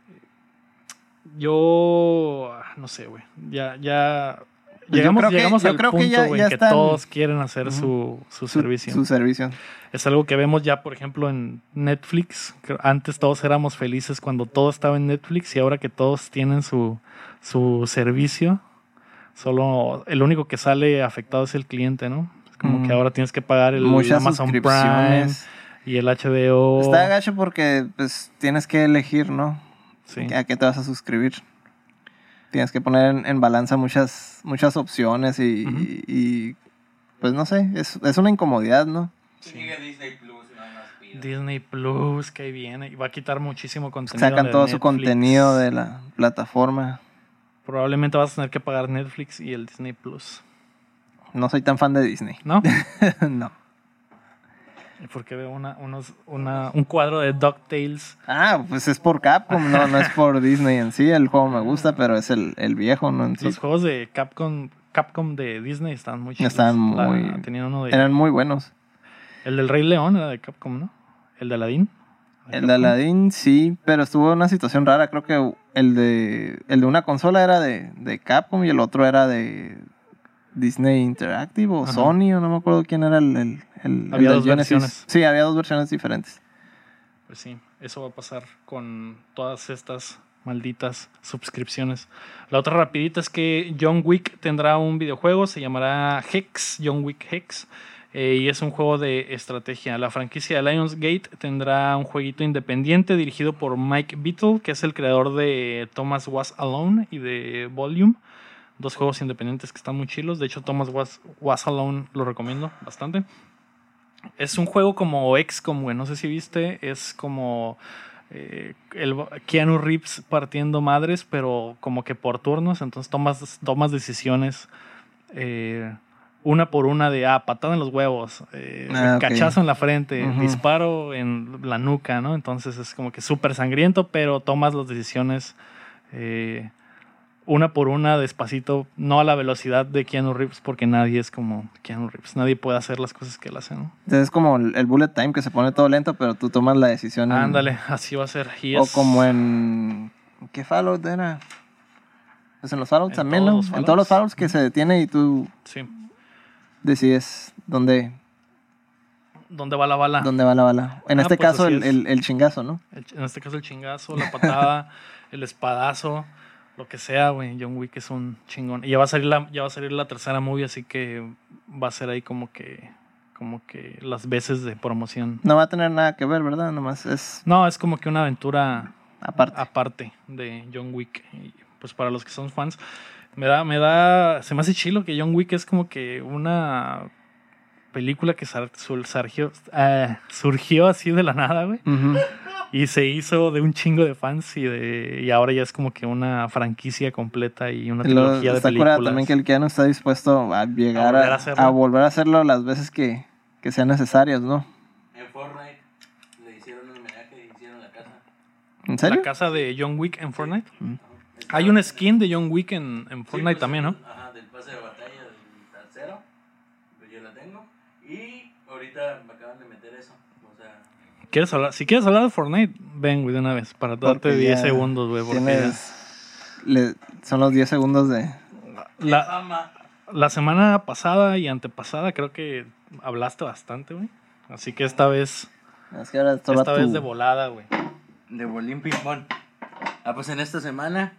Yo no sé, güey. Ya llegamos al punto en que todos quieren hacer su servicio. Su servicio. Es algo que vemos ya, por ejemplo, en Netflix. Antes todos éramos felices cuando todo estaba en Netflix y ahora que todos tienen su servicio, solo el único que sale afectado es el cliente, ¿no? Es como que ahora tienes que pagar el Amazon Prime y el HBO. Está gacho porque pues tienes que elegir, ¿no? Sí. ¿A qué te vas a suscribir? Tienes que poner en balanza muchas opciones y pues no sé, es una incomodidad, ¿no? Sí. Disney Plus, nada más Disney Plus, que ahí viene, y va a quitar muchísimo contenido. Sacan todo Netflix. Su contenido de la plataforma. Probablemente vas a tener que pagar Netflix y el Disney Plus. No soy tan fan de Disney. ¿No? No. Porque veo un cuadro de DuckTales. Pues es por Capcom, no es por Disney en sí. El juego me gusta, pero es el viejo, ¿no? En sí. Los juegos de Capcom de Disney están muy chidos. Eran muy buenos. El del Rey León era de Capcom, ¿no? El de Aladdin. El de Aladdin sí, pero estuvo en una situación rara. Creo que el de una consola era de Capcom y el otro era de Disney Interactive o Sony, o no me acuerdo quién era había dos versiones. Sí, había dos versiones diferentes. Pues sí, eso va a pasar con todas estas malditas suscripciones. La otra rapidita es que John Wick tendrá un videojuego, se llamará Hex, John Wick Hex. y es un juego de estrategia. La franquicia de Lionsgate tendrá un jueguito independiente dirigido por Mike Beatle, que es el creador de Thomas Was Alone y de Volume. 2 juegos independientes que están muy chilos. De hecho, Thomas Was Alone lo recomiendo bastante. Es un juego como XCOM, güey. No sé si viste. Es como el Keanu Reeves partiendo madres, pero como que por turnos. Entonces tomas decisiones una por una de patada en los huevos, cachazo en la frente, disparo en la nuca, ¿no? Entonces es como que súper sangriento, pero tomas las decisiones una por una, despacito, no a la velocidad de Keanu Reeves, porque nadie es como Keanu Reeves. Nadie puede hacer las cosas que él hace, ¿no? Entonces es como el bullet time, que se pone todo lento, pero tú tomas la decisión. Ándale, así va a ser. O como en... ¿Qué Fallout era? Pues en los Fallouts también, ¿no? En todos los Fallouts que se detiene y tú decides dónde va la bala. ¿Dónde va la bala? En este caso el chingazo, ¿no? En este caso el chingazo, la patada, el espadazo, lo que sea, güey. John Wick es un chingón. Y ya va a salir la tercera movie, así que va a ser ahí como que las veces de promoción. No va a tener nada que ver, ¿verdad? Nomás es... No, es como que una aventura aparte de John Wick. Y pues para los que son fans, se me hace chilo que John Wick es como que una película que surgió así de la nada, güey. Uh-huh. Y se hizo de un chingo de fans y ahora ya es como que una franquicia completa y una trilogía de películas. Está también que el Keanu está dispuesto a llegar a volver a hacerlo las veces que sean necesarias, ¿no? En Fortnite le hicieron un homenaje y hicieron la casa. ¿En serio? La casa de John Wick en Fortnite. Uh-huh. Hay un skin de John Wick en Fortnite, pues, también, ¿no? Ajá, del pase de batalla del tercero. Pues yo la tengo. Y ahorita me acaban de meter eso. O sea... Si quieres hablar de Fortnite, ven, güey, de una vez. Para darte 10 segundos, güey. Son los 10 segundos de... La semana pasada y antepasada creo que hablaste bastante, güey. Así que esta vez... Es que ahora esta vez de volada, güey. De bolín ping-pong. Pues en esta semana...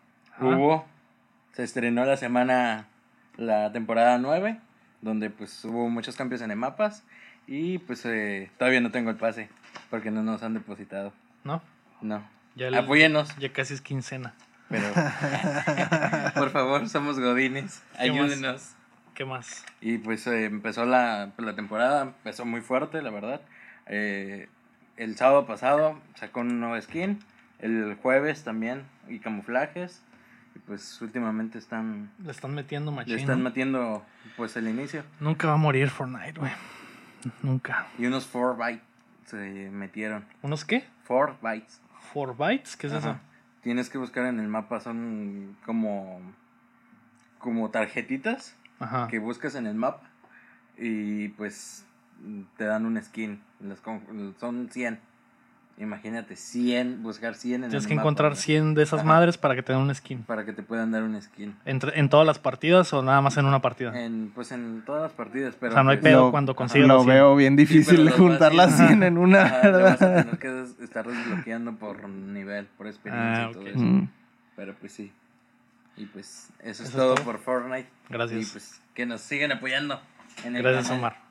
Se estrenó la temporada 9, donde pues hubo muchos cambios en mapas y pues todavía no tengo el pase porque no nos han depositado. ¿No? No. Apóyenos. Ya casi es quincena. Pero por favor, somos godines, ayúdenos. ¿Qué más? Y pues empezó la temporada, empezó muy fuerte, la verdad. El sábado pasado sacó un nuevo skin, el jueves también, y camuflajes. Y pues últimamente le están metiendo machín. Le están metiendo pues el inicio. Nunca va a morir Fortnite, güey. Nunca. Y unos 4 bytes se metieron. ¿Unos qué? 4 bytes. ¿4 bytes? ¿Qué es eso? Tienes que buscar en el mapa, son como tarjetitas. Ajá. Que buscas en el mapa y pues te dan un skin. Son 100. Imagínate, 100, buscar 100 en el mapa. Tienes que encontrar 100 de esas madres para que te den un skin. Para que te puedan dar un skin. ¿En todas las partidas o nada más en una partida? Pues en todas las partidas, pero... O sea, no hay pedo cuando consigues los 100. Lo veo bien difícil juntar las 100 en una. Vas a tener que estar desbloqueando por nivel, por experiencia y todo eso. Pero pues sí. Y pues eso es todo por Fortnite. Gracias. Y pues que nos siguen apoyando en el Gracias, canal. Omar.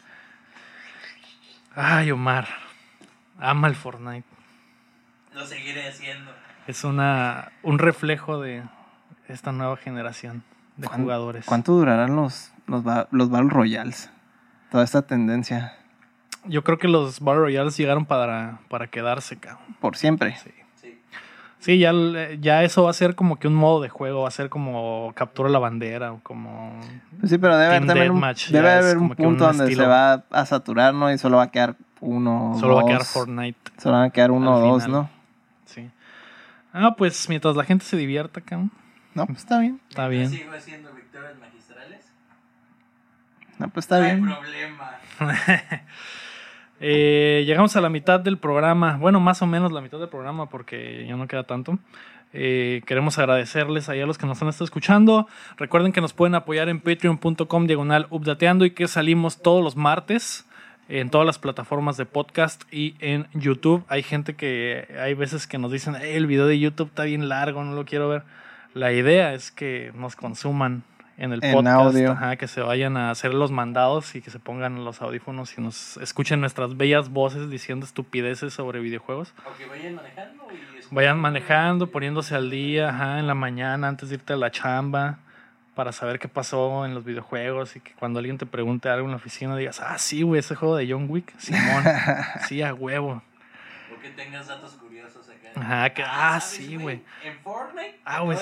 Ay, Omar. Ama el Fortnite. Lo seguiré haciendo. Es un reflejo de esta nueva generación de jugadores. ¿Cuánto durarán los Battle Royales? Toda esta tendencia. Yo creo que los Battle Royales llegaron para quedarse, cabrón. Por siempre. Sí, ya eso va a ser como que un modo de juego, va a ser como captura la bandera o como... Pues sí, pero debe haber un punto donde se va a saturar, ¿no? Y solo va a quedar Solo va a quedar Fortnite. Solo van a quedar uno o dos, ¿no? Sí. Pues mientras la gente se divierta, cabrón. No, pues está bien. Está bien. ¿Sigo haciendo victorias magistrales? No, pues está bien. No hay problema. Llegamos a la mitad del programa. Bueno, más o menos la mitad del programa porque ya no queda tanto. Queremos agradecerles a los que nos han estado escuchando. Recuerden que nos pueden apoyar en patreon.com/updateando y que salimos todos los martes en todas las plataformas de podcast y en YouTube. Hay gente hay veces que nos dicen, el video de YouTube está bien largo, no lo quiero ver. La idea es que nos consuman en el podcast, ajá, que se vayan a hacer los mandados y que se pongan los audífonos y nos escuchen nuestras bellas voces diciendo estupideces sobre videojuegos. O que vayan manejando. Vayan manejando, poniéndose al día, ajá, en la mañana antes de irte a la chamba, para saber qué pasó en los videojuegos y que cuando alguien te pregunte algo en la oficina digas, sí, güey, ese juego de John Wick, Simón, sí, a huevo. O que tengas datos curiosos acá. Ajá, que, sí, güey. En Fortnite. Güey.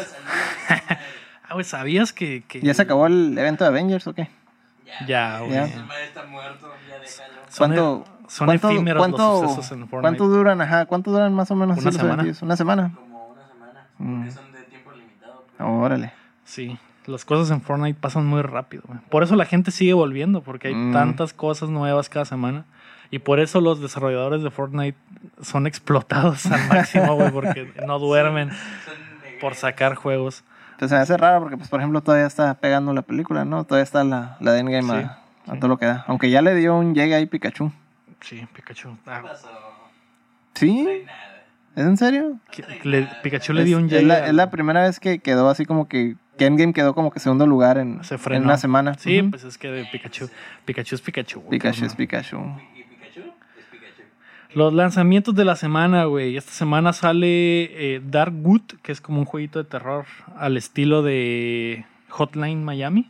Güey, ¿sabías que... ¿Ya se acabó el evento de Avengers o qué? Ya, güey. El mae está muerto, ya déjalo. Son efímeros los sucesos en Fortnite. ¿Cuánto duran? Ajá, ¿cuánto duran más o menos? ¿Una semana? ¿Una semana? Como una semana, porque son de tiempo limitado. Órale. Sí, las cosas en Fortnite pasan muy rápido, güey. Por eso la gente sigue volviendo, porque hay tantas cosas nuevas cada semana. Y por eso los desarrolladores de Fortnite son explotados al máximo, güey, porque no duermen por sacar juegos. Pues se me hace raro porque, pues, por ejemplo, todavía está pegando la película, ¿no? Todavía está la de Endgame a todo lo que da. Aunque ya le dio un llegue ahí Pikachu. Sí, Pikachu. ¿Qué pasó? ¿Sí? No hay nada. ¿Es en serio? Pikachu le dio un llegue. Es la primera vez que quedó así como que Endgame quedó como que segundo lugar en una semana. Sí, pues es que de Pikachu es Pikachu. Pikachu es Pikachu. ¿Y Pikachu? Es Pikachu. Los lanzamientos de la semana, güey. Esta semana sale Darkwood, que es como un jueguito de terror al estilo de Hotline Miami.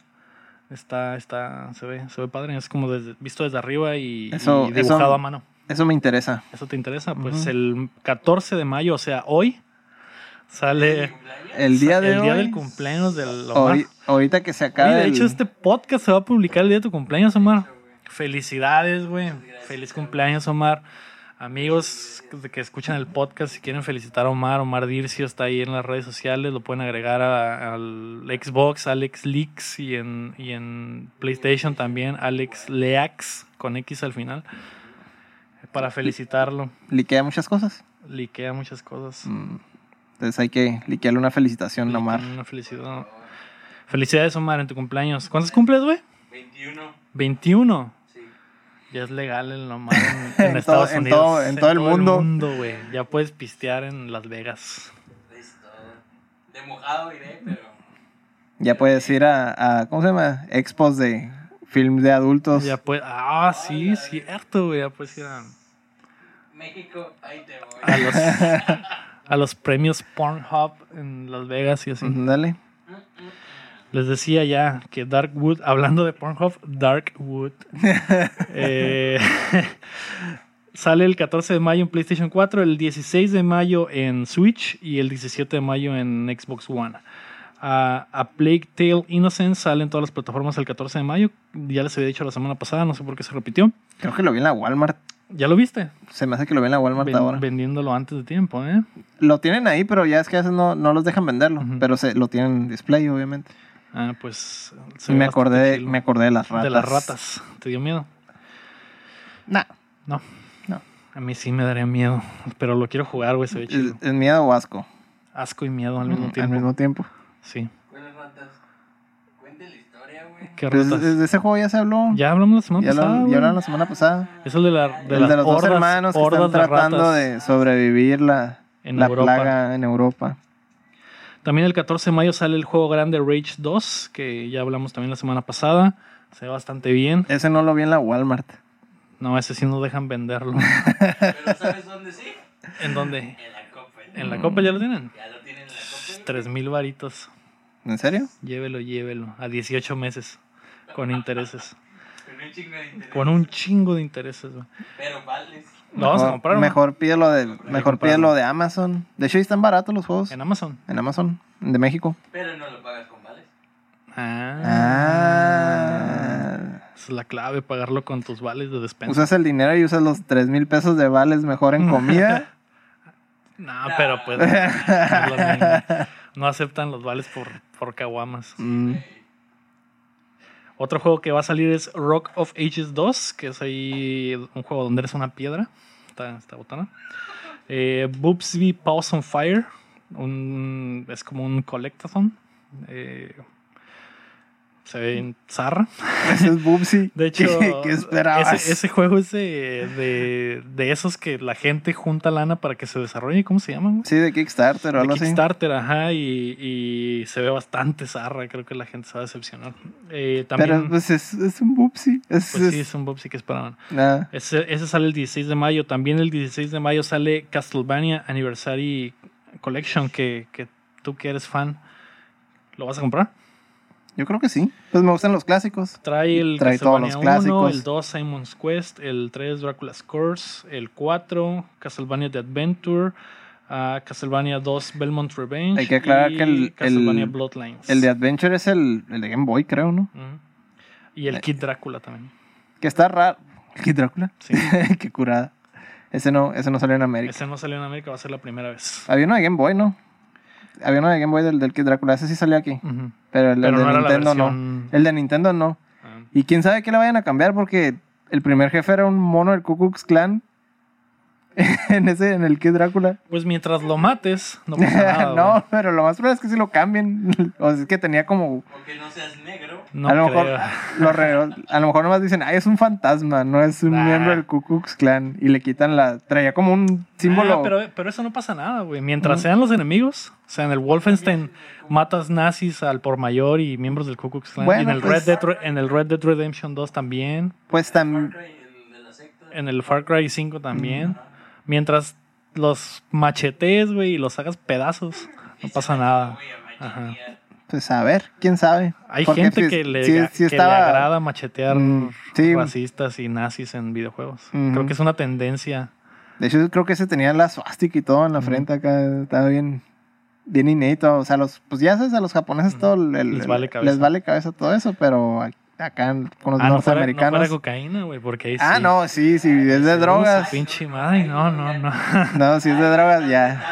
Se ve padre. Es como visto desde arriba y dibujado a mano. Eso me interesa. ¿Eso te interesa? Pues el 14 de mayo, o sea, hoy, sale el día del cumpleaños del Omar. Ahorita que se acabe. De hecho, este podcast se va a publicar el día de tu cumpleaños, Omar. Felicidades, güey. Feliz cumpleaños, Omar. Amigos que escuchan el podcast, si quieren felicitar a Omar Dircio está ahí en las redes sociales, lo pueden agregar al Xbox, Alex Leaks, y en PlayStation también, Alex Leax, con X al final, para felicitarlo. ¿Liquea muchas cosas? Liquea muchas cosas. Entonces hay que liquearle una felicitación a Omar. Una felicidad. Felicidades, Omar, en tu cumpleaños. ¿Cuántos cumples, güey? 21. 21. Sí. Ya es legal el Omar en Estados Unidos. En todo el mundo, güey. Ya puedes pistear en Las Vegas. Es todo. De mojado iré, pero... Ya puedes ir a ¿cómo se llama? Expos de films de adultos. Ya puedes... sí, cierto, güey. Ya puedes ir a... México, ahí te voy. A los premios Pornhub en Las Vegas y así. Dale. Les decía ya que Darkwood, hablando de Pornhub, Darkwood, sale el 14 de mayo en PlayStation 4, el 16 de mayo en Switch y el 17 de mayo en Xbox One. A Plague Tale Innocence sale en todas las plataformas el 14 de mayo. Ya les había dicho la semana pasada, no sé por qué se repitió. Creo que lo vi en la Walmart. ¿Ya lo viste? Se me hace que lo vi en la Walmart ahora. Vendiéndolo antes de tiempo, ¿eh? Lo tienen ahí, pero ya es que a veces no los dejan venderlo. Pero lo tienen en display, obviamente. Pues... Me acordé de las ratas. De las ratas. ¿Te dio miedo? No. A mí sí me daría miedo. Pero lo quiero jugar, güey. Se ve chido. ¿Es miedo o asco? Asco y miedo al mismo tiempo. Al mismo tiempo. Sí. ¿Cuáles ratas? Cuente la historia, güey. ¿Qué ratas? De ese juego ya se habló. Ya hablamos la semana pasada. Ya hablaron la semana pasada. Es el de los dos hermanos que están tratando de sobrevivir la plaga en Europa. También el 14 de mayo sale el juego grande Rage 2, que ya hablamos también la semana pasada. Se ve bastante bien. Ese no lo vi en la Walmart. No, ese sí no dejan venderlo. ¿Pero sabes dónde sí? ¿En dónde? En la Coppel. ¿En la Coppel ya lo tienen? Ya lo tienen en la Coppel. 3,000 varitos. ¿En serio? Llévelo. A 18 meses. Con intereses. Con un chingo de intereses. Güey. Pero vales. Lo vamos a comprar, ¿no? Mejor pídelo de Amazon. De hecho, ahí están baratos los juegos. En Amazon. En Amazon, de México. Pero no lo pagas con vales. Esa es la clave, pagarlo con tus vales de despensa. Usas el dinero y usas los 3,000 pesos de vales mejor en comida. No, pero pues no es lo mismo. No aceptan los vales por caguamas. Otro juego que va a salir es Rock of Ages 2, que es ahí un juego donde eres una piedra. Está botana. Boobsby Pause on Fire. Es como un collectathon. Se ve en zarra. Ese es Bubsy. De hecho, ¿Qué esperabas? Ese juego es de esos que la gente junta lana para que se desarrolle. ¿Cómo se llaman? Sí, de Kickstarter o algo así. Kickstarter, ajá, y se ve bastante zarra. Creo que la gente se va a decepcionar. También, pero pues es un Bubsy. Pues sí, es un Bubsy que esperaban. Nah. Ese sale el 16 de mayo. También el 16 de mayo sale Castlevania Anniversary Collection, que tú que eres fan, ¿lo vas a comprar? Yo creo que sí. Pues me gustan los clásicos. Trae todos los clásicos. 1, el 2 Simon's Quest, el 3 Dracula's Curse, el 4 Castlevania The Adventure, Castlevania 2 Belmont Revenge. Hay que aclarar que Castlevania Bloodlines. El de Adventure es el de Game Boy, creo, ¿no? Y el Kid Drácula también. Que está raro. ¿El Kid Drácula? Sí. Qué curada. Ese no salió en América. Ese no salió en América, va a ser la primera vez. Había uno de Game Boy, ¿no? Había uno de Game Boy del Kid Drácula. Ese sí salió aquí. Pero el de Nintendo no. El de Nintendo no. Y quién sabe qué le vayan a cambiar, porque el primer jefe era un mono del Ku Klux Klan. en el Kid Drácula. Pues mientras lo mates, no pasa nada. No, güey. pero lo más probable es que sí lo cambien. O sea, es que tenía como... Porque no seas negro. No a lo creo. mejor a lo mejor nomás dicen, ay, es un fantasma, no es un miembro del Ku Klux Klan. Y le quitan traía como un símbolo. Pero eso no pasa nada, güey. Mientras sean los enemigos, o sea, en el Wolfenstein matas nazis al por mayor y miembros del Ku Klux Klan. Bueno, y en el Red Dead Redemption 2 también. Pues también... En el Far Cry 5 también. Mientras los machetees, güey, y los hagas pedazos, no pasa nada. Ajá. Pues a ver, quién sabe. Hay porque gente que le agrada machetear racistas y nazis en videojuegos. Creo que es una tendencia. De hecho, creo que ese tenía la swastika y todo en la frente acá. Estaba bien inédito. O sea, pues ya sabes, a los japoneses todo les vale cabeza todo eso, pero acá con los norteamericanos. No fuera cocaína, güey, porque ahí sí. No, sí, es de drogas. Pinche madre, no. No, si es de drogas,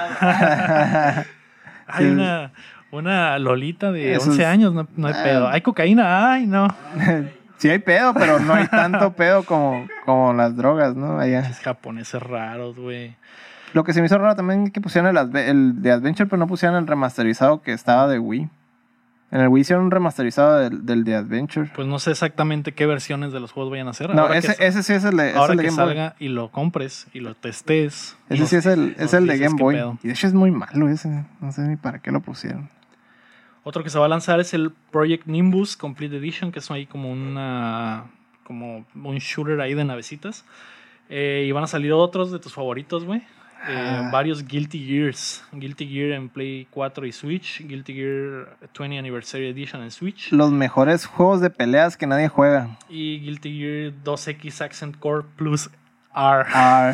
ya. Hay una lolita de 11 años, no hay pedo. Hay cocaína, ay, no. Sí hay pedo, pero no hay tanto pedo como las drogas, ¿no? Allá. Es japoneses raros, güey. Lo que se me hizo raro también es que pusieron el de Adventure, pero no pusieron el remasterizado que estaba de Wii. En el Wii hicieron un remasterizado del de Adventure. Pues no sé exactamente qué versiones de los juegos vayan a hacer. No, ese sí es el de ahora el de que Game salga Boy. Y lo compres y lo testes. Ese sí es el de Game Boy. Y de hecho es muy malo ese. No sé ni para qué lo pusieron. Otro que se va a lanzar es el Project Nimbus Complete Edition, que es ahí como un shooter ahí de navecitas. Y van a salir otros de tus favoritos, güey. Varios Guilty Gears. Guilty Gear en Play 4 y Switch. Guilty Gear 20 Anniversary Edition en Switch. Los mejores juegos de peleas que nadie juega. Y Guilty Gear 2X Accent Core Plus R.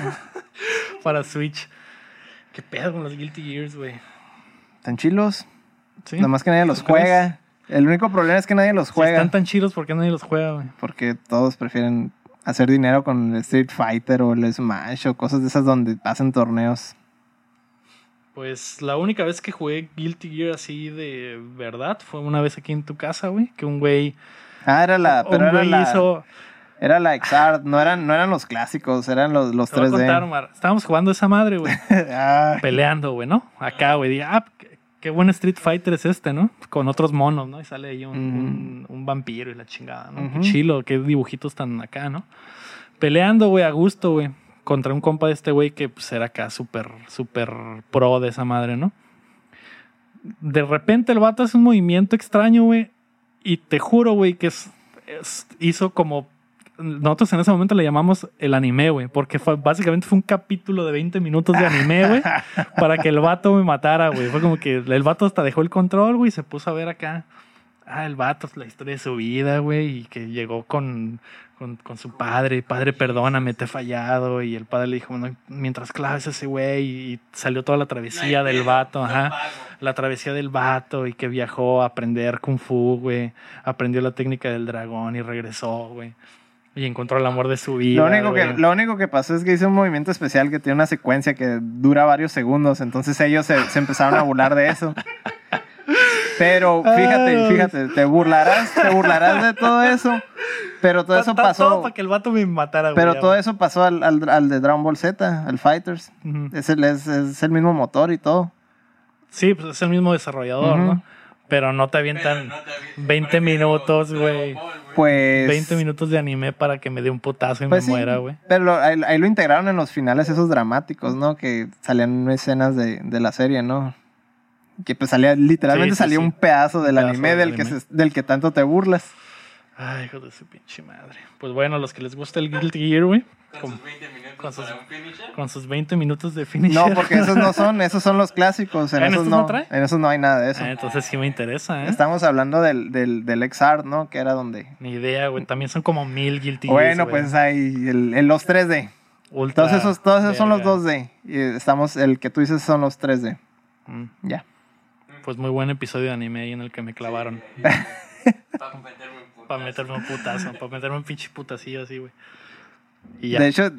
Para Switch. ¿Qué pedo con los Guilty Gears, güey? Tan chilos. ¿Sí? Nada más que nadie los juega. El único problema es que nadie los juega. Si están tan chidos, ¿por qué nadie los juega, güey? Porque todos prefieren hacer dinero con el Street Fighter o el Smash o cosas de esas donde hacen torneos. Pues la única vez que jugué Guilty Gear así de verdad fue una vez aquí en tu casa, güey. Que un güey... Era la XR, no eran los clásicos, eran los 3D. Te voy a contar, Omar. Estábamos jugando esa madre, güey. Peleando, güey, ¿no? Acá, güey. Dije, qué buen Street Fighter es este, ¿no? Con otros monos, ¿no? Y sale ahí un vampiro y la chingada, ¿no? Qué chilo, qué dibujitos tan acá, ¿no? Peleando, güey, a gusto, güey. Contra un compa de este güey que pues era acá súper pro de esa madre, ¿no? De repente el vato hace un movimiento extraño, güey. Y te juro, güey, que hizo como... Nosotros en ese momento le llamamos el anime, güey. Porque básicamente fue un capítulo de 20 minutos de anime, güey. Para que el vato me matara, güey. Fue como que el vato hasta dejó el control, güey. Y se puso a ver acá. El vato, la historia de su vida, güey. Y que llegó con su padre. Padre, perdóname, te he fallado. Y el padre le dijo, bueno, mientras claves ese güey. Y salió toda la travesía del vato. Ajá. La travesía del vato. Y que viajó a aprender Kung Fu, güey. Aprendió la técnica del dragón y regresó, güey. Y encontró el amor de su vida. Lo único que pasó es que hizo un movimiento especial que tiene una secuencia que dura varios segundos. Entonces ellos se empezaron a burlar de eso. Pero fíjate, te burlarás de todo eso. Pero todo eso pasó. Todo para que el vato me matara, güey. Pero todo eso pasó al de Dragon Ball Z, al Fighters. Es el mismo motor y todo. Sí, pues es el mismo desarrollador, ¿no? Pero no te avientan 20 minutos, güey. Pues 20 minutos de anime para que me dé un putazo y me muera, güey. Pero ahí lo integraron en los finales esos dramáticos, ¿no? Que salían escenas de la serie, ¿no? Que pues literalmente salía un pedazo del anime del que tanto te burlas. Ay, hijo de su pinche madre. Pues bueno, los que les gusta el Guilty Gear, güey. Con sus 20 minutos para un finisher. Con sus 20 minutos de finisher. No, porque esos son los clásicos. En esos no trae? En esos no hay nada de eso. Entonces sí me interesa, ¿eh? Estamos hablando del X-Art, ¿no? Que era donde... Ni idea, güey. También son como 1000 Guilty Gears. Bueno, pues hay los 3D. Todos esos son los 2D. Y el que tú dices son los 3D. Ya. Pues muy buen episodio de anime ahí en el que me clavaron. Para meterme un putazo. Para meterme un pinche putacillo así, güey. Y ya. De hecho,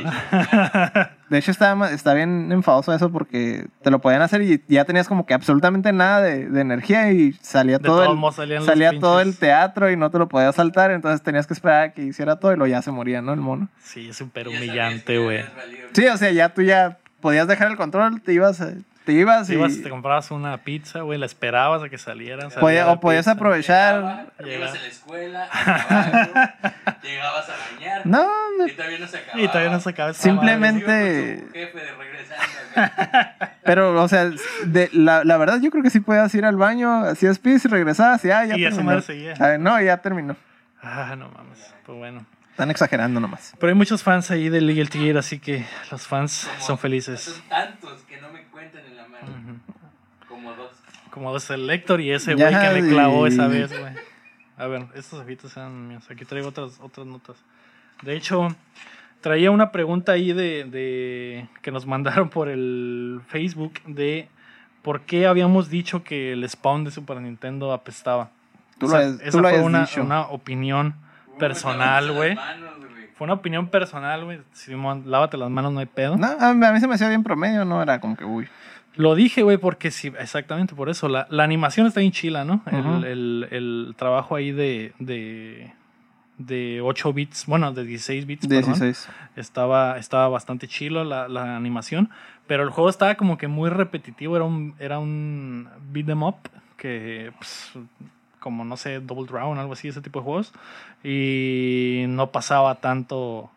está bien enfadoso eso porque te lo podían hacer y ya tenías como que absolutamente nada de energía y salía todo el teatro y no te lo podías saltar, entonces tenías que esperar a que hiciera todo y luego ya se moría, ¿no? El mono. Sí, es súper humillante, güey. Sí, o sea, tú ya podías dejar el control, te ibas y... Te comprabas una pizza, güey, la esperabas a que saliera. O podías aprovechar. Ibas a la escuela, al trabajo, llegabas a bañar. No, y todavía no se acababa. Simplemente... Jefe de regresando. Pero, o sea, la verdad yo creo que sí podías ir al baño, hacías pis y regresabas y ya terminó. Y eso me seguía. No, ya terminó. No mames, pues bueno. Están exagerando nomás. Pero hay muchos fans ahí del Guilty Gear, así que los fans son felices. Son tantos que no me cuentan en la mano. Como dos el Héctor y ese güey que me clavó esa vez, güey. A ver, estos ojitos eran míos. Aquí traigo otras notas. De hecho, traía una pregunta ahí de que nos mandaron por el Facebook de por qué habíamos dicho que el Spawn de Super Nintendo apestaba. Esa fue una opinión personal, güey. Fue una opinión personal, güey. Simón, lávate las manos, no hay pedo. No, a mí se me hacía bien promedio, no era como que uy. Lo dije, güey, porque sí, exactamente por eso. La animación está bien chila, ¿no? Uh-huh. El trabajo ahí de 8 bits, bueno, de 16 bits, 16. Perdón, estaba bastante chilo la animación, pero el juego estaba como que muy repetitivo. Era un beat 'em up que, pues, como, no sé, Double Dragon, algo así, ese tipo de juegos. Y no pasaba tanto,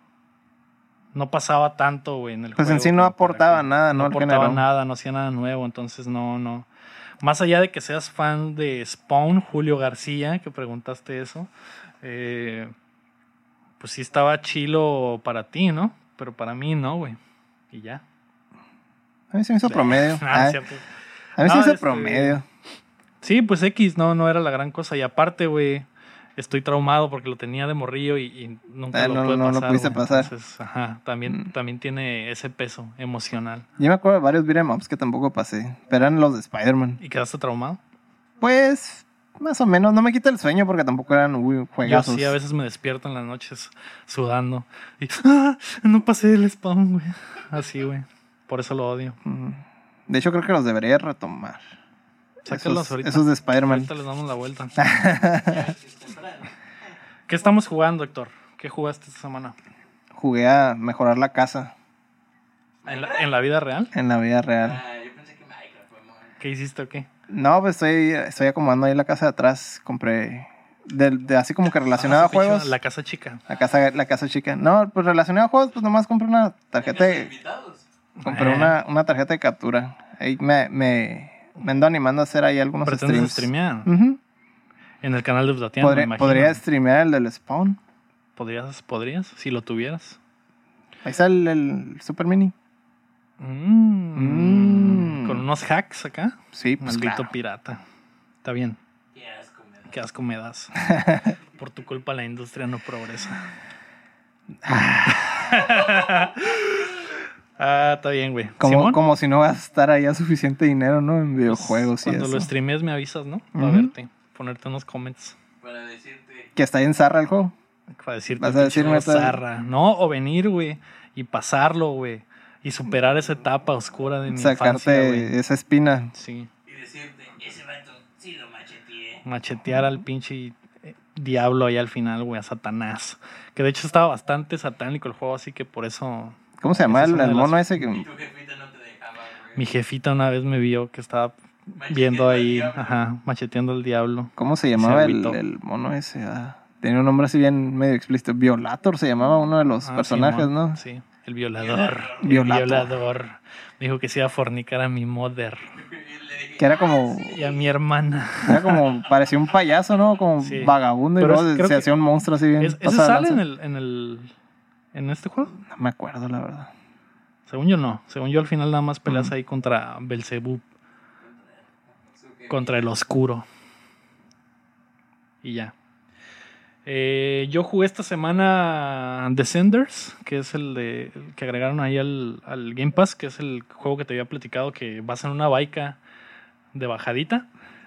güey, en el juego. Pues en sí no aportaba nada, ¿no? No aportaba nada, no hacía nada nuevo, entonces no. Más allá de que seas fan de Spawn, Julio García, que preguntaste eso, pues sí estaba chilo para ti, ¿no? Pero para mí no, güey. Y ya. A mí se me hizo promedio. Cierto. A mí se me hizo promedio. Sí, pues X no era la gran cosa. Y aparte, güey, estoy traumado porque lo tenía de morrillo y nunca lo pude pasar. No lo pudiste pasar. Entonces, también tiene ese peso emocional. Yo me acuerdo de varios beat'em ups que tampoco pasé, pero eran los de Spider-Man. ¿Y quedaste traumado? Pues, más o menos. No me quita el sueño porque tampoco eran juegazos. Yo sí, a veces me despierto en las noches sudando. Y, no pasé el Spawn, güey. Así, güey. Por eso lo odio. De hecho, creo que los debería retomar. Sácalos ahorita. Esos de Spider-Man. Ahorita les damos la vuelta. ¿Qué estamos jugando, Héctor? ¿Qué jugaste esta semana? Jugué a mejorar la casa. ¿En la vida real? En la vida real. Yo pensé que Minecraft, mamá. ¿Qué hiciste o qué? No, pues estoy acomodando ahí la casa de atrás. Compré así como que relacionado a juegos. La casa chica. La casa chica. No, pues relacionado a juegos, pues nomás compré una tarjeta de invitados. Compré una tarjeta de captura. Ahí me ando animando a hacer ahí algunos streams. ¿Pretendes streamear? Uh-huh. En el canal de Updateando, me imagino. ¿Podría streamear el del Spawn? ¿Podrías? Si lo tuvieras. Ahí está el Super Mini. Con unos hacks acá. Sí, pues maldito claro. Pirata. Está bien. Qué asco me das. Por tu culpa la industria no progresa. Está bien, güey. Como si no vas a estar ahí a suficiente dinero, ¿no? En videojuegos pues, y eso. Cuando lo streames me avisas, ¿no? Para verte. Ponerte unos comments. Para decirte... Que está ahí en zarra el juego. Para decirte vas a decirme zarra. No, o venir, güey. Y pasarlo, güey. Y superar esa etapa oscura de mi infancia, güey. Sacarte esa espina. Sí. Y decirte, ese vato sí lo macheteé. Machetear al pinche diablo ahí al final, güey. A Satanás. Que de hecho estaba bastante satánico el juego, así que por eso... ¿Cómo se llama el mono ese? Y tu jefita no te dejaba, güey. Mi jefita una vez me vio que estaba viendo ahí, macheteando al diablo. ¿Cómo se llamaba el mono ese? Tenía un nombre así bien medio explícito. Violator se llamaba uno de los personajes, Simón, ¿no? Sí, el violador. Violator. El violador. Me dijo que se iba a fornicar a mi mother. Que era como... Y a mi hermana. Era como... Parecía un payaso, ¿no? Como vagabundo. Pero y luego se hacía un monstruo así bien... ¿Ese sale en este juego? No me acuerdo, la verdad. Según yo no. Según yo al final nada más peleas ahí contra Belzebub. Contra el oscuro. Y ya. Yo jugué esta semana Descenders, que es el que agregaron ahí al Game Pass, que es el juego que te había platicado que vas en una baica de bajadita.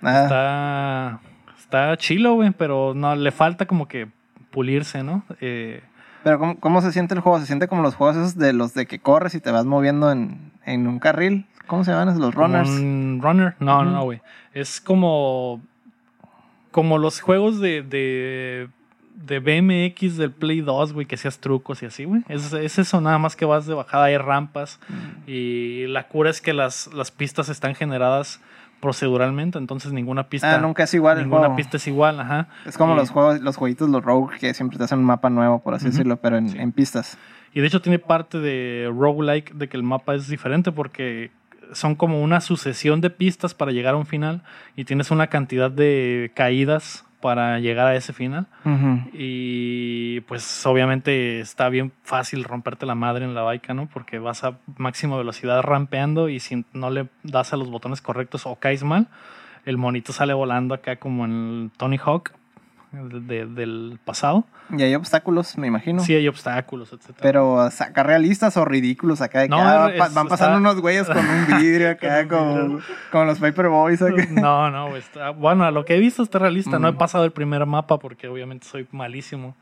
Está chilo, güey, pero no, le falta como que pulirse, ¿no? Pero ¿cómo se siente el juego? ¿Se siente como los juegos esos de los de que corres y te vas moviendo en un carril? ¿Cómo se llaman esos? ¿Los runners? ¿Un runner? No, güey. Es como los juegos de BMX del Play 2, güey, que hacías trucos y así, güey. Es eso, nada más que vas de bajada, hay rampas. Y la cura es que las pistas están generadas proceduralmente, entonces ninguna pista... nunca es igual. Ninguna pista es igual, Es como los jueguitos, los rogue, que siempre te hacen un mapa nuevo, por así decirlo, pero en pistas. Y de hecho tiene parte de roguelike, de que el mapa es diferente porque son como una sucesión de pistas para llegar a un final y tienes una cantidad de caídas para llegar a ese final. Y pues obviamente está bien fácil romperte la madre en la baica, ¿no? Porque vas a máxima velocidad rampeando y si no le das a los botones correctos o caes mal, el monito sale volando acá como en el Tony Hawk del pasado. Y hay obstáculos, me imagino. Sí, hay obstáculos, etc. Pero acá realistas o ridículos acá de que van pasando unos güeyes con un vidrio acá como los Paperboys. No, bueno, a lo que he visto está realista. No he pasado el primer mapa porque obviamente soy malísimo.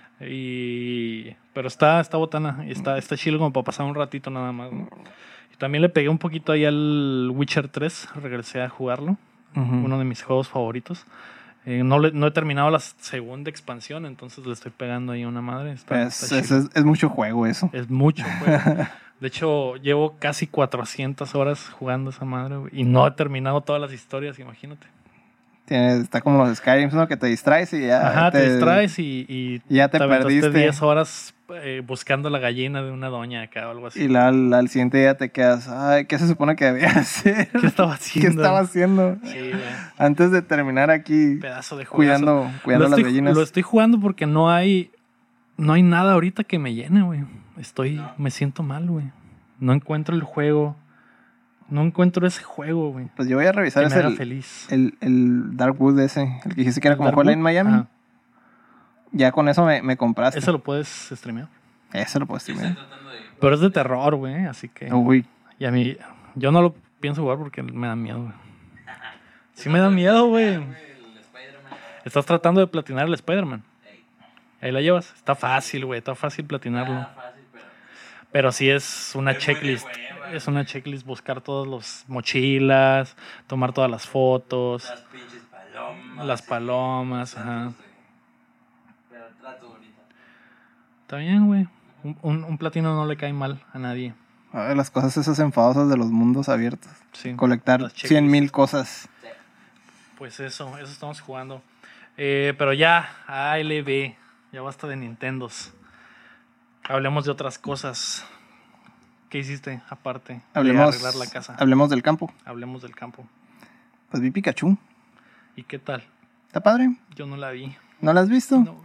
Pero está botana. Está chido como para pasar un ratito nada más, ¿no? Y también le pegué un poquito ahí al Witcher 3. Regresé a jugarlo. Uno de mis juegos favoritos. No he terminado la segunda expansión, entonces le estoy pegando ahí una madre. Es mucho juego eso. Es mucho juego. De hecho, llevo casi 400 horas jugando esa madre, güey, y no he terminado todas las historias, imagínate. Está como los Skyrim, ¿no? Que te distraes y ya... te distraes y ya te perdiste 10 horas buscando la gallina de una doña acá o algo así. Y al siguiente día te quedas, ay, ¿qué se supone que debía hacer? ¿Qué estaba haciendo? Sí, güey. Antes de terminar aquí, pedazo de cuidando las gallinas. Lo estoy jugando porque no hay nada ahorita que me llene, güey. Me siento mal, güey. No encuentro el juego. No encuentro ese juego, güey. Pues yo voy a revisar el Darkwood ese, el que dijiste que era como Hotline Miami. Ajá. Ya con eso me compraste. ¿Eso lo puedes streamear? Eso lo puedo streamear. Pero es de terror, güey, así que... Uy. Y a mí... Yo no lo pienso jugar porque me da miedo, güey. Sí me da miedo, güey. Estás tratando de platinar el Spider-Man. Ahí la llevas. Está fácil, güey. Está fácil platinarlo. Pero sí es una checklist. Es una checklist buscar todas las mochilas, tomar todas las fotos. Las pinches palomas. Las palomas, ajá. Pero trato bonito. Está bien, güey. Un platino no le cae mal a nadie. Las cosas esas enfadosas de los mundos abiertos. Sí. Colectar 100,000 cosas. Sí. Pues eso estamos jugando. Pero ya, ALB. Ya basta de Nintendos. Hablemos de otras cosas. ¿Qué hiciste aparte de arreglar la casa? Hablemos del campo. Hablemos del campo. Pues vi Pikachu. ¿Y qué tal? ¿Está padre? Yo no la vi. ¿No la has visto? No.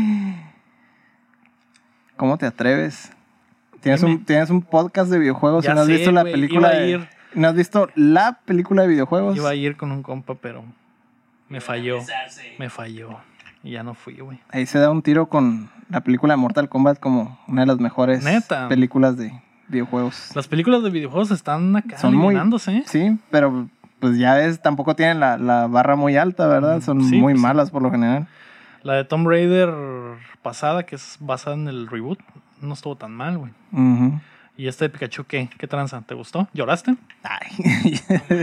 ¿Cómo te atreves? ¿Tienes un podcast de videojuegos y no has visto la película? ¿No has visto la película de videojuegos? Iba a ir con un compa, pero me falló. Y ya no fui, güey. Ahí se da un tiro con la película de Mortal Kombat como una de las mejores películas de videojuegos. Las películas de videojuegos están acá alineándose. Sí, pero pues ya ves, tampoco tienen la barra muy alta, ¿verdad? Son muy malas por lo general. La de Tomb Raider pasada, que es basada en el reboot, no estuvo tan mal, güey. Uh-huh. ¿Y este de Pikachu qué tranza? ¿Te gustó? ¿Lloraste? Ay.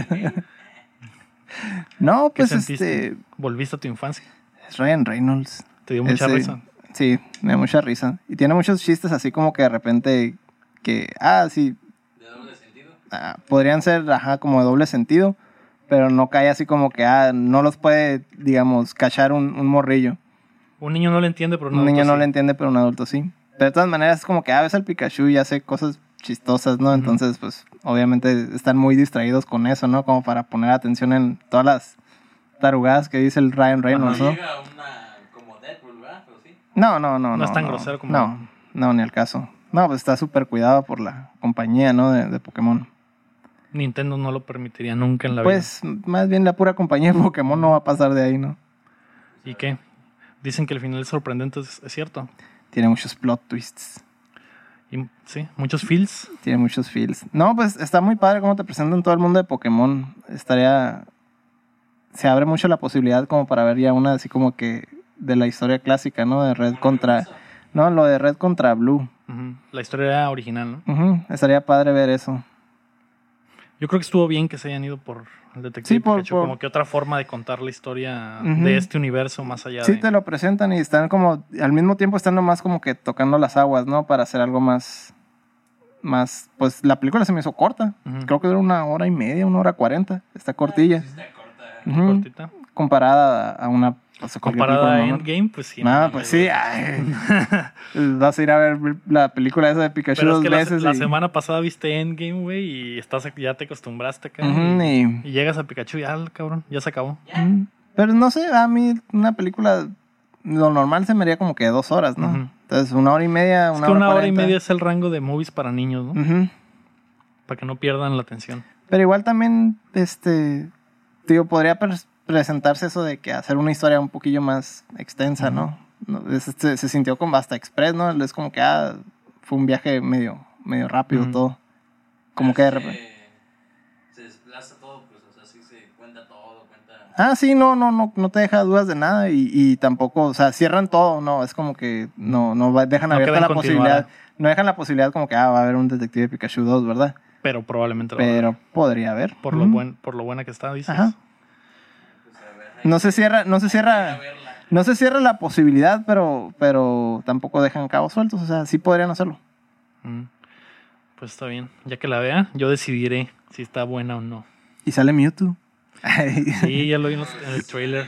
No, pues ¿Qué sentiste? ¿Volviste a tu infancia? Es Ryan Reynolds. ¿Te dio mucha risa? Sí, me da mucha risa. Y tiene muchos chistes así como que de repente sí. ¿De doble sentido? Podrían ser, como de doble sentido. pero no cae así como que no los puede, digamos, cachar un morrillo. Un niño no le entiende, pero un niño no le entiende, pero un adulto sí. Pero de todas maneras es como que ves al Pikachu y hace cosas chistosas, ¿no? Entonces, pues, obviamente están muy distraídos con eso, ¿no? Como para poner atención en todas las tarugadas que dice el Ryan Reynolds, ¿no? Llega una como Deadpool, ¿verdad? ¿O sí? No. No es tan grosero como... No, ni al caso. No, pues está súper cuidado por la compañía, ¿no? De Pokémon. Nintendo no lo permitiría nunca en la vida. Pues, más bien la pura compañía de Pokémon no va a pasar de ahí, ¿no? ¿Y qué? Dicen que el final es sorprendente, ¿es cierto? Tiene muchos plot twists. Sí, muchos feels. Tiene muchos feels. No, pues está muy padre cómo te presentan todo el mundo de Pokémon. Se abre mucho la posibilidad como para ver ya una así como que de la historia clásica, ¿no? De Red contra... No, lo de Red contra Blue. La historia original, ¿no? Estaría padre ver eso. Yo creo que estuvo bien que se hayan ido por el Detective Pikachu, como que otra forma de contar la historia de este universo más allá te lo presentan y están como, al mismo tiempo están nomás como que tocando las aguas, ¿no? Para hacer algo más, pues la película se me hizo corta. Creo que dura 1:30, 1:40. Está cortilla. Sí, está corta. Cortita. Comparada a una... Comparada a Endgame, pues sí. Pues sí. Vas a ir a ver la película esa de Pikachu pero 2 veces. La semana pasada viste Endgame, güey, y ya te acostumbraste acá. Y llegas a Pikachu y cabrón, ya se acabó. Pero no sé, a mí una película, lo normal se me haría como que 2 horas, ¿no? Entonces 1:30, 1:40 es el rango de movies para niños, ¿no? Para que no pierdan la atención. Pero igual también, podría presentarse eso de que hacer una historia un poquillo más extensa, ¿no? Se sintió como hasta express, ¿no? Es como que fue un viaje medio rápido todo. Como que de repente... Se desplaza todo, pues, o sea, sí se cuenta todo, sí, no te deja dudas de nada y tampoco, o sea, cierran todo, ¿no? Es como que no dejan abierta la posibilidad. No dejan la posibilidad como que va a haber un Detective Pikachu 2, ¿verdad? Pero probablemente Pero podría haber. Por lo buena que está, dices. Ajá. No se cierra la posibilidad, pero tampoco dejan cabos sueltos. O sea, sí podrían hacerlo. Pues está bien. Ya que la vea, yo decidiré si está buena o no. Y sale Mewtwo. Sí, ya lo vi en el trailer.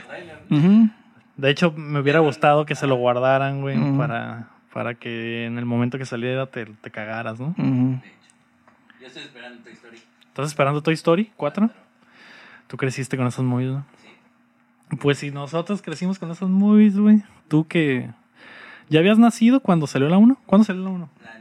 De hecho, me hubiera gustado que se lo guardaran, güey, para que en el momento que saliera te cagaras, ¿no? Yo estoy esperando Toy Story. ¿Estás esperando Toy Story 4? Tú creciste con esos movies, ¿no? Pues si nosotros crecimos con esos movies, güey. Tú que... ¿Ya habías nacido cuando salió la 1? ¿Cuándo salió la 1? La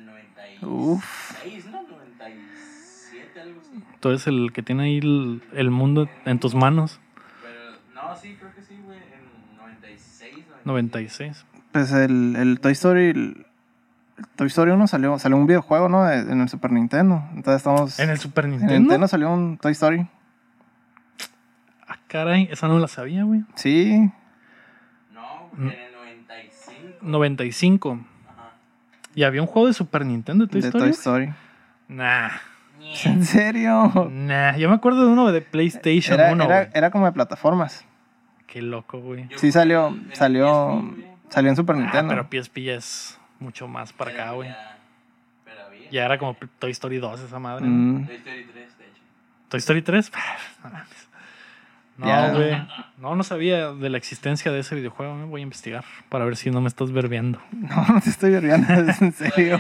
96, ¿no? 97, algo así. Tú eres el que tiene ahí el mundo en tus manos. Pero, no, sí, creo que sí, güey. En 96. Pues el Toy Story... El Toy Story 1 salió un videojuego, ¿no? En el Super Nintendo. Entonces estamos... ¿En el Super Nintendo? En el Nintendo salió un Toy Story. Caray, esa no la sabía, güey. Sí. No, en el 95. 95. Ajá. ¿Y había un juego de Super Nintendo de Toy Story? Toy Story. Nah. ¿En serio? Nah, yo me acuerdo de uno de PlayStation 1, güey. Era como de plataformas. Qué loco, güey. Sí, salió en Super Nintendo. Pero PSP ya es mucho más para acá, güey. Pero había. Ya era como Toy Story 2 esa madre. Toy Story 3, de hecho. ¿Toy Story 3? No, güey. No sabía de la existencia de ese videojuego. Me voy a investigar para ver si no me estás verbeando. No te estoy verbeando, es en serio.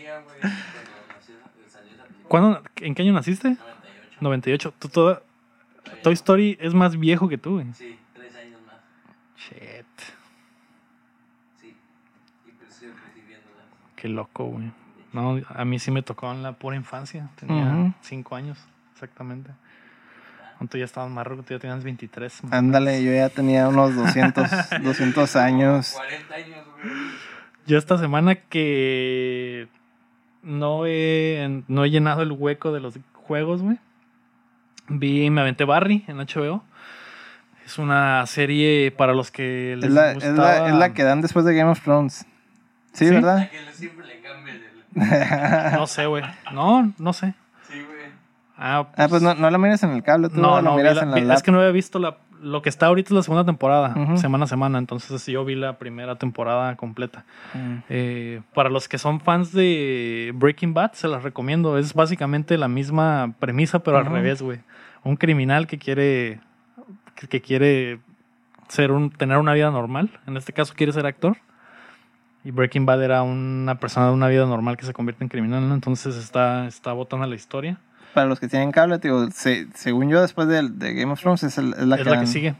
¿En qué año naciste? 98. Toy Toy Story es más viejo que tú, güey. Sí, 3 años más. Shit. Sí. Y pues sigo viéndolas. Qué loco, güey. No, a mí sí me tocó en la pura infancia. Tenía 5 años, exactamente. Tú ya estabas más ruco, tú ya tenías 23. Ándale, yo ya tenía unos 200 años. 40 años, güey. Yo esta semana que no he llenado el hueco de los juegos, güey. Me aventé Barry en HBO. Es una serie para los que les gustaba. Es la que dan después de Game of Thrones. Sí, ¿verdad? La que siempre le cambia No sé, güey. No sé. Sí, güey. Pues no la mires en el cable, tú no la miras en la lap. Es que no había visto la lo que está ahorita es la segunda temporada, semana a semana. Entonces yo vi la primera temporada completa. Para los que son fans de Breaking Bad, se las recomiendo. Es básicamente la misma premisa, pero al revés, güey. Un criminal que quiere tener una vida normal. En este caso quiere ser actor. Y Breaking Bad era una persona de una vida normal que se convierte en criminal, ¿no? Entonces está botando la historia. Para los que tienen cable, digo, según yo, después de Game of Thrones es la que sigue.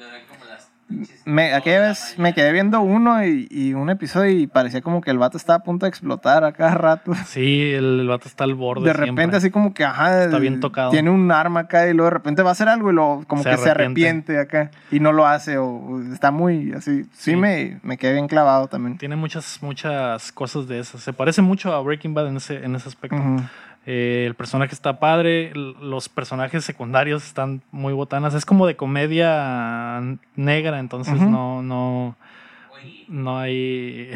Aquella vez me quedé viendo uno y un episodio y parecía como que el vato estaba a punto de explotar a cada rato. Sí, el vato está al borde. De repente siempre. Así como que, está bien tocado. Tiene un arma acá y luego de repente va a hacer algo y luego como se arrepiente acá y no lo hace o está muy así. Sí, me quedé bien clavado también. Tiene muchas cosas de esas. Se parece mucho a Breaking Bad en ese aspecto. El personaje está padre, los personajes secundarios están muy botanas. Es como de comedia negra, entonces no hay...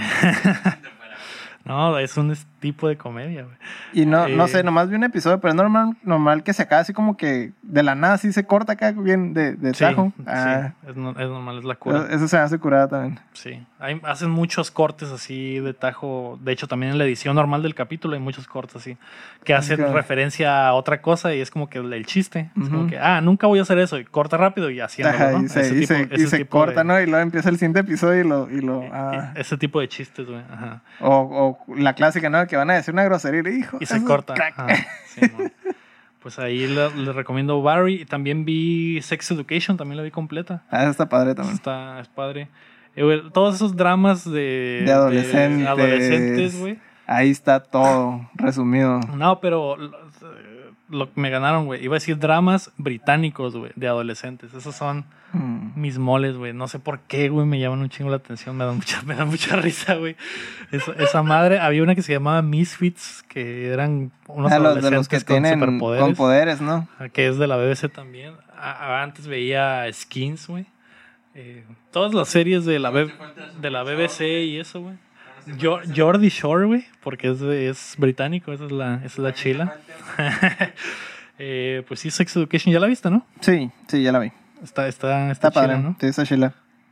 No, es un tipo de comedia, güey. Y no sé, nomás vi un episodio, pero es normal que se acabe así como que de la nada así se corta acá bien de tajo. Sí, es normal, es la cura. Eso se hace curada también. Sí, hacen muchos cortes así de tajo. De hecho, también en la edición normal del capítulo hay muchos cortes así que hacen referencia a otra cosa y es como que el chiste. Es como que, nunca voy a hacer eso y corta rápido y haciéndolo, ¿no? Y se corta, ¿no? Y luego empieza el siguiente episodio ese tipo de chistes, güey. Ajá. O la clásica, ¿no? Que van a decir una grosería y se corta. Sí, no. Pues ahí les recomiendo Barry. Y también vi Sex Education, también la vi completa. Esa está padre también. Es padre. Todos esos dramas de adolescentes, güey. Ahí está todo resumido. No, pero me ganaron, güey. Iba a decir dramas británicos, güey, de adolescentes. Esos son mis moles, güey. No sé por qué, güey, me llaman un chingo la atención. Me da mucha risa, güey. Esa madre. Había una que se llamaba Misfits, que eran unos adolescentes de los que tienen superpoderes. Con poderes, ¿no? Que es de la BBC también. Antes veía Skins, güey. Todas las series de la BBC y eso, güey. Geordie Shore, güey, porque es británico, esa es la chila. Pues sí, Sex Education, ¿ya la viste, no? Sí, ya la vi. Está chila, padre, ¿no? Sí, está chila.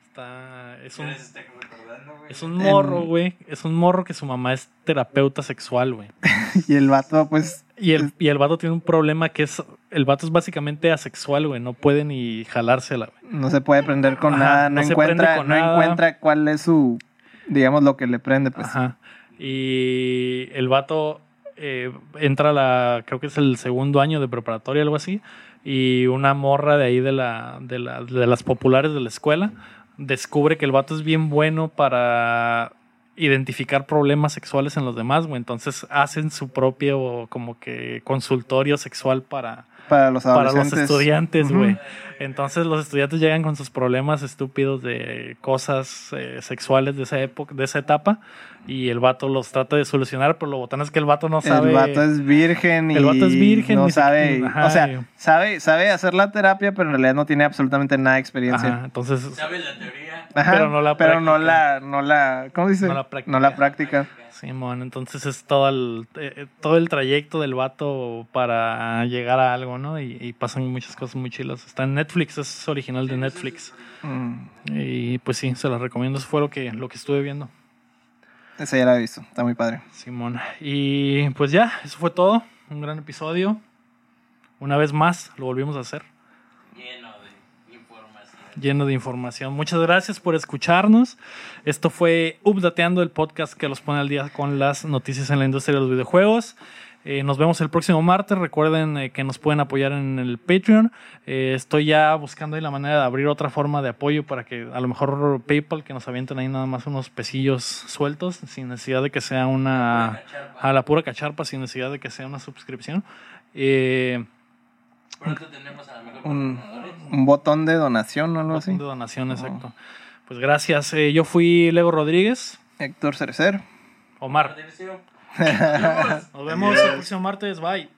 Es un morro, güey. Es un morro que su mamá es terapeuta sexual, güey. Y el vato, pues... Y el vato tiene un problema que es... El vato es básicamente asexual, güey. No puede ni jalársela, güey. No se puede prender con nada. No encuentra cuál es su... Digamos, lo que le prende, pues. Ajá. Y el vato entra creo que es el segundo año de preparatoria, algo así. Y una morra de ahí de las populares de la escuela descubre que el vato es bien bueno para identificar problemas sexuales en los demás, güey. Entonces hacen su propio como que consultorio sexual para los estudiantes, güey. Entonces los estudiantes llegan con sus problemas estúpidos de cosas sexuales de esa época, de esa etapa, y el vato los trata de solucionar, pero lo botán es que el vato no sabe. El vato es virgen no sabe, o sea, sabe hacer la terapia, pero en realidad no tiene absolutamente nada de experiencia. Ajá, entonces sabe la teoría, pero no la práctica. ¿Cómo dice? No la práctica. Simón, entonces es todo el trayecto del vato para llegar a algo, ¿no? Y pasan muchas cosas muy chilas. Está en Netflix, es original de Netflix. Y pues sí, se las recomiendo. Eso fue lo que estuve viendo. Esa ya la he visto, está muy padre. Simón. Y pues ya, eso fue todo. Un gran episodio. Una vez más, lo volvimos a hacer. Lleno de información. Muchas gracias por escucharnos. Esto fue Updateando, el podcast que los pone al día con las noticias en la industria de los videojuegos. Nos vemos el próximo martes. Recuerden que nos pueden apoyar en el Patreon. Estoy ya buscando ahí la manera de abrir otra forma de apoyo para que a lo mejor PayPal, que nos avienten ahí nada más unos pesillos sueltos, sin necesidad de que sea a la pura cacharpa, sin necesidad de que sea una suscripción. Pronto tenemos a lo mejor un botón de donación o algo así. Un botón de donación, exacto. Pues gracias. Yo fui Lego Rodríguez. Héctor Cerecer. Omar. Nos vemos el próximo martes. Bye.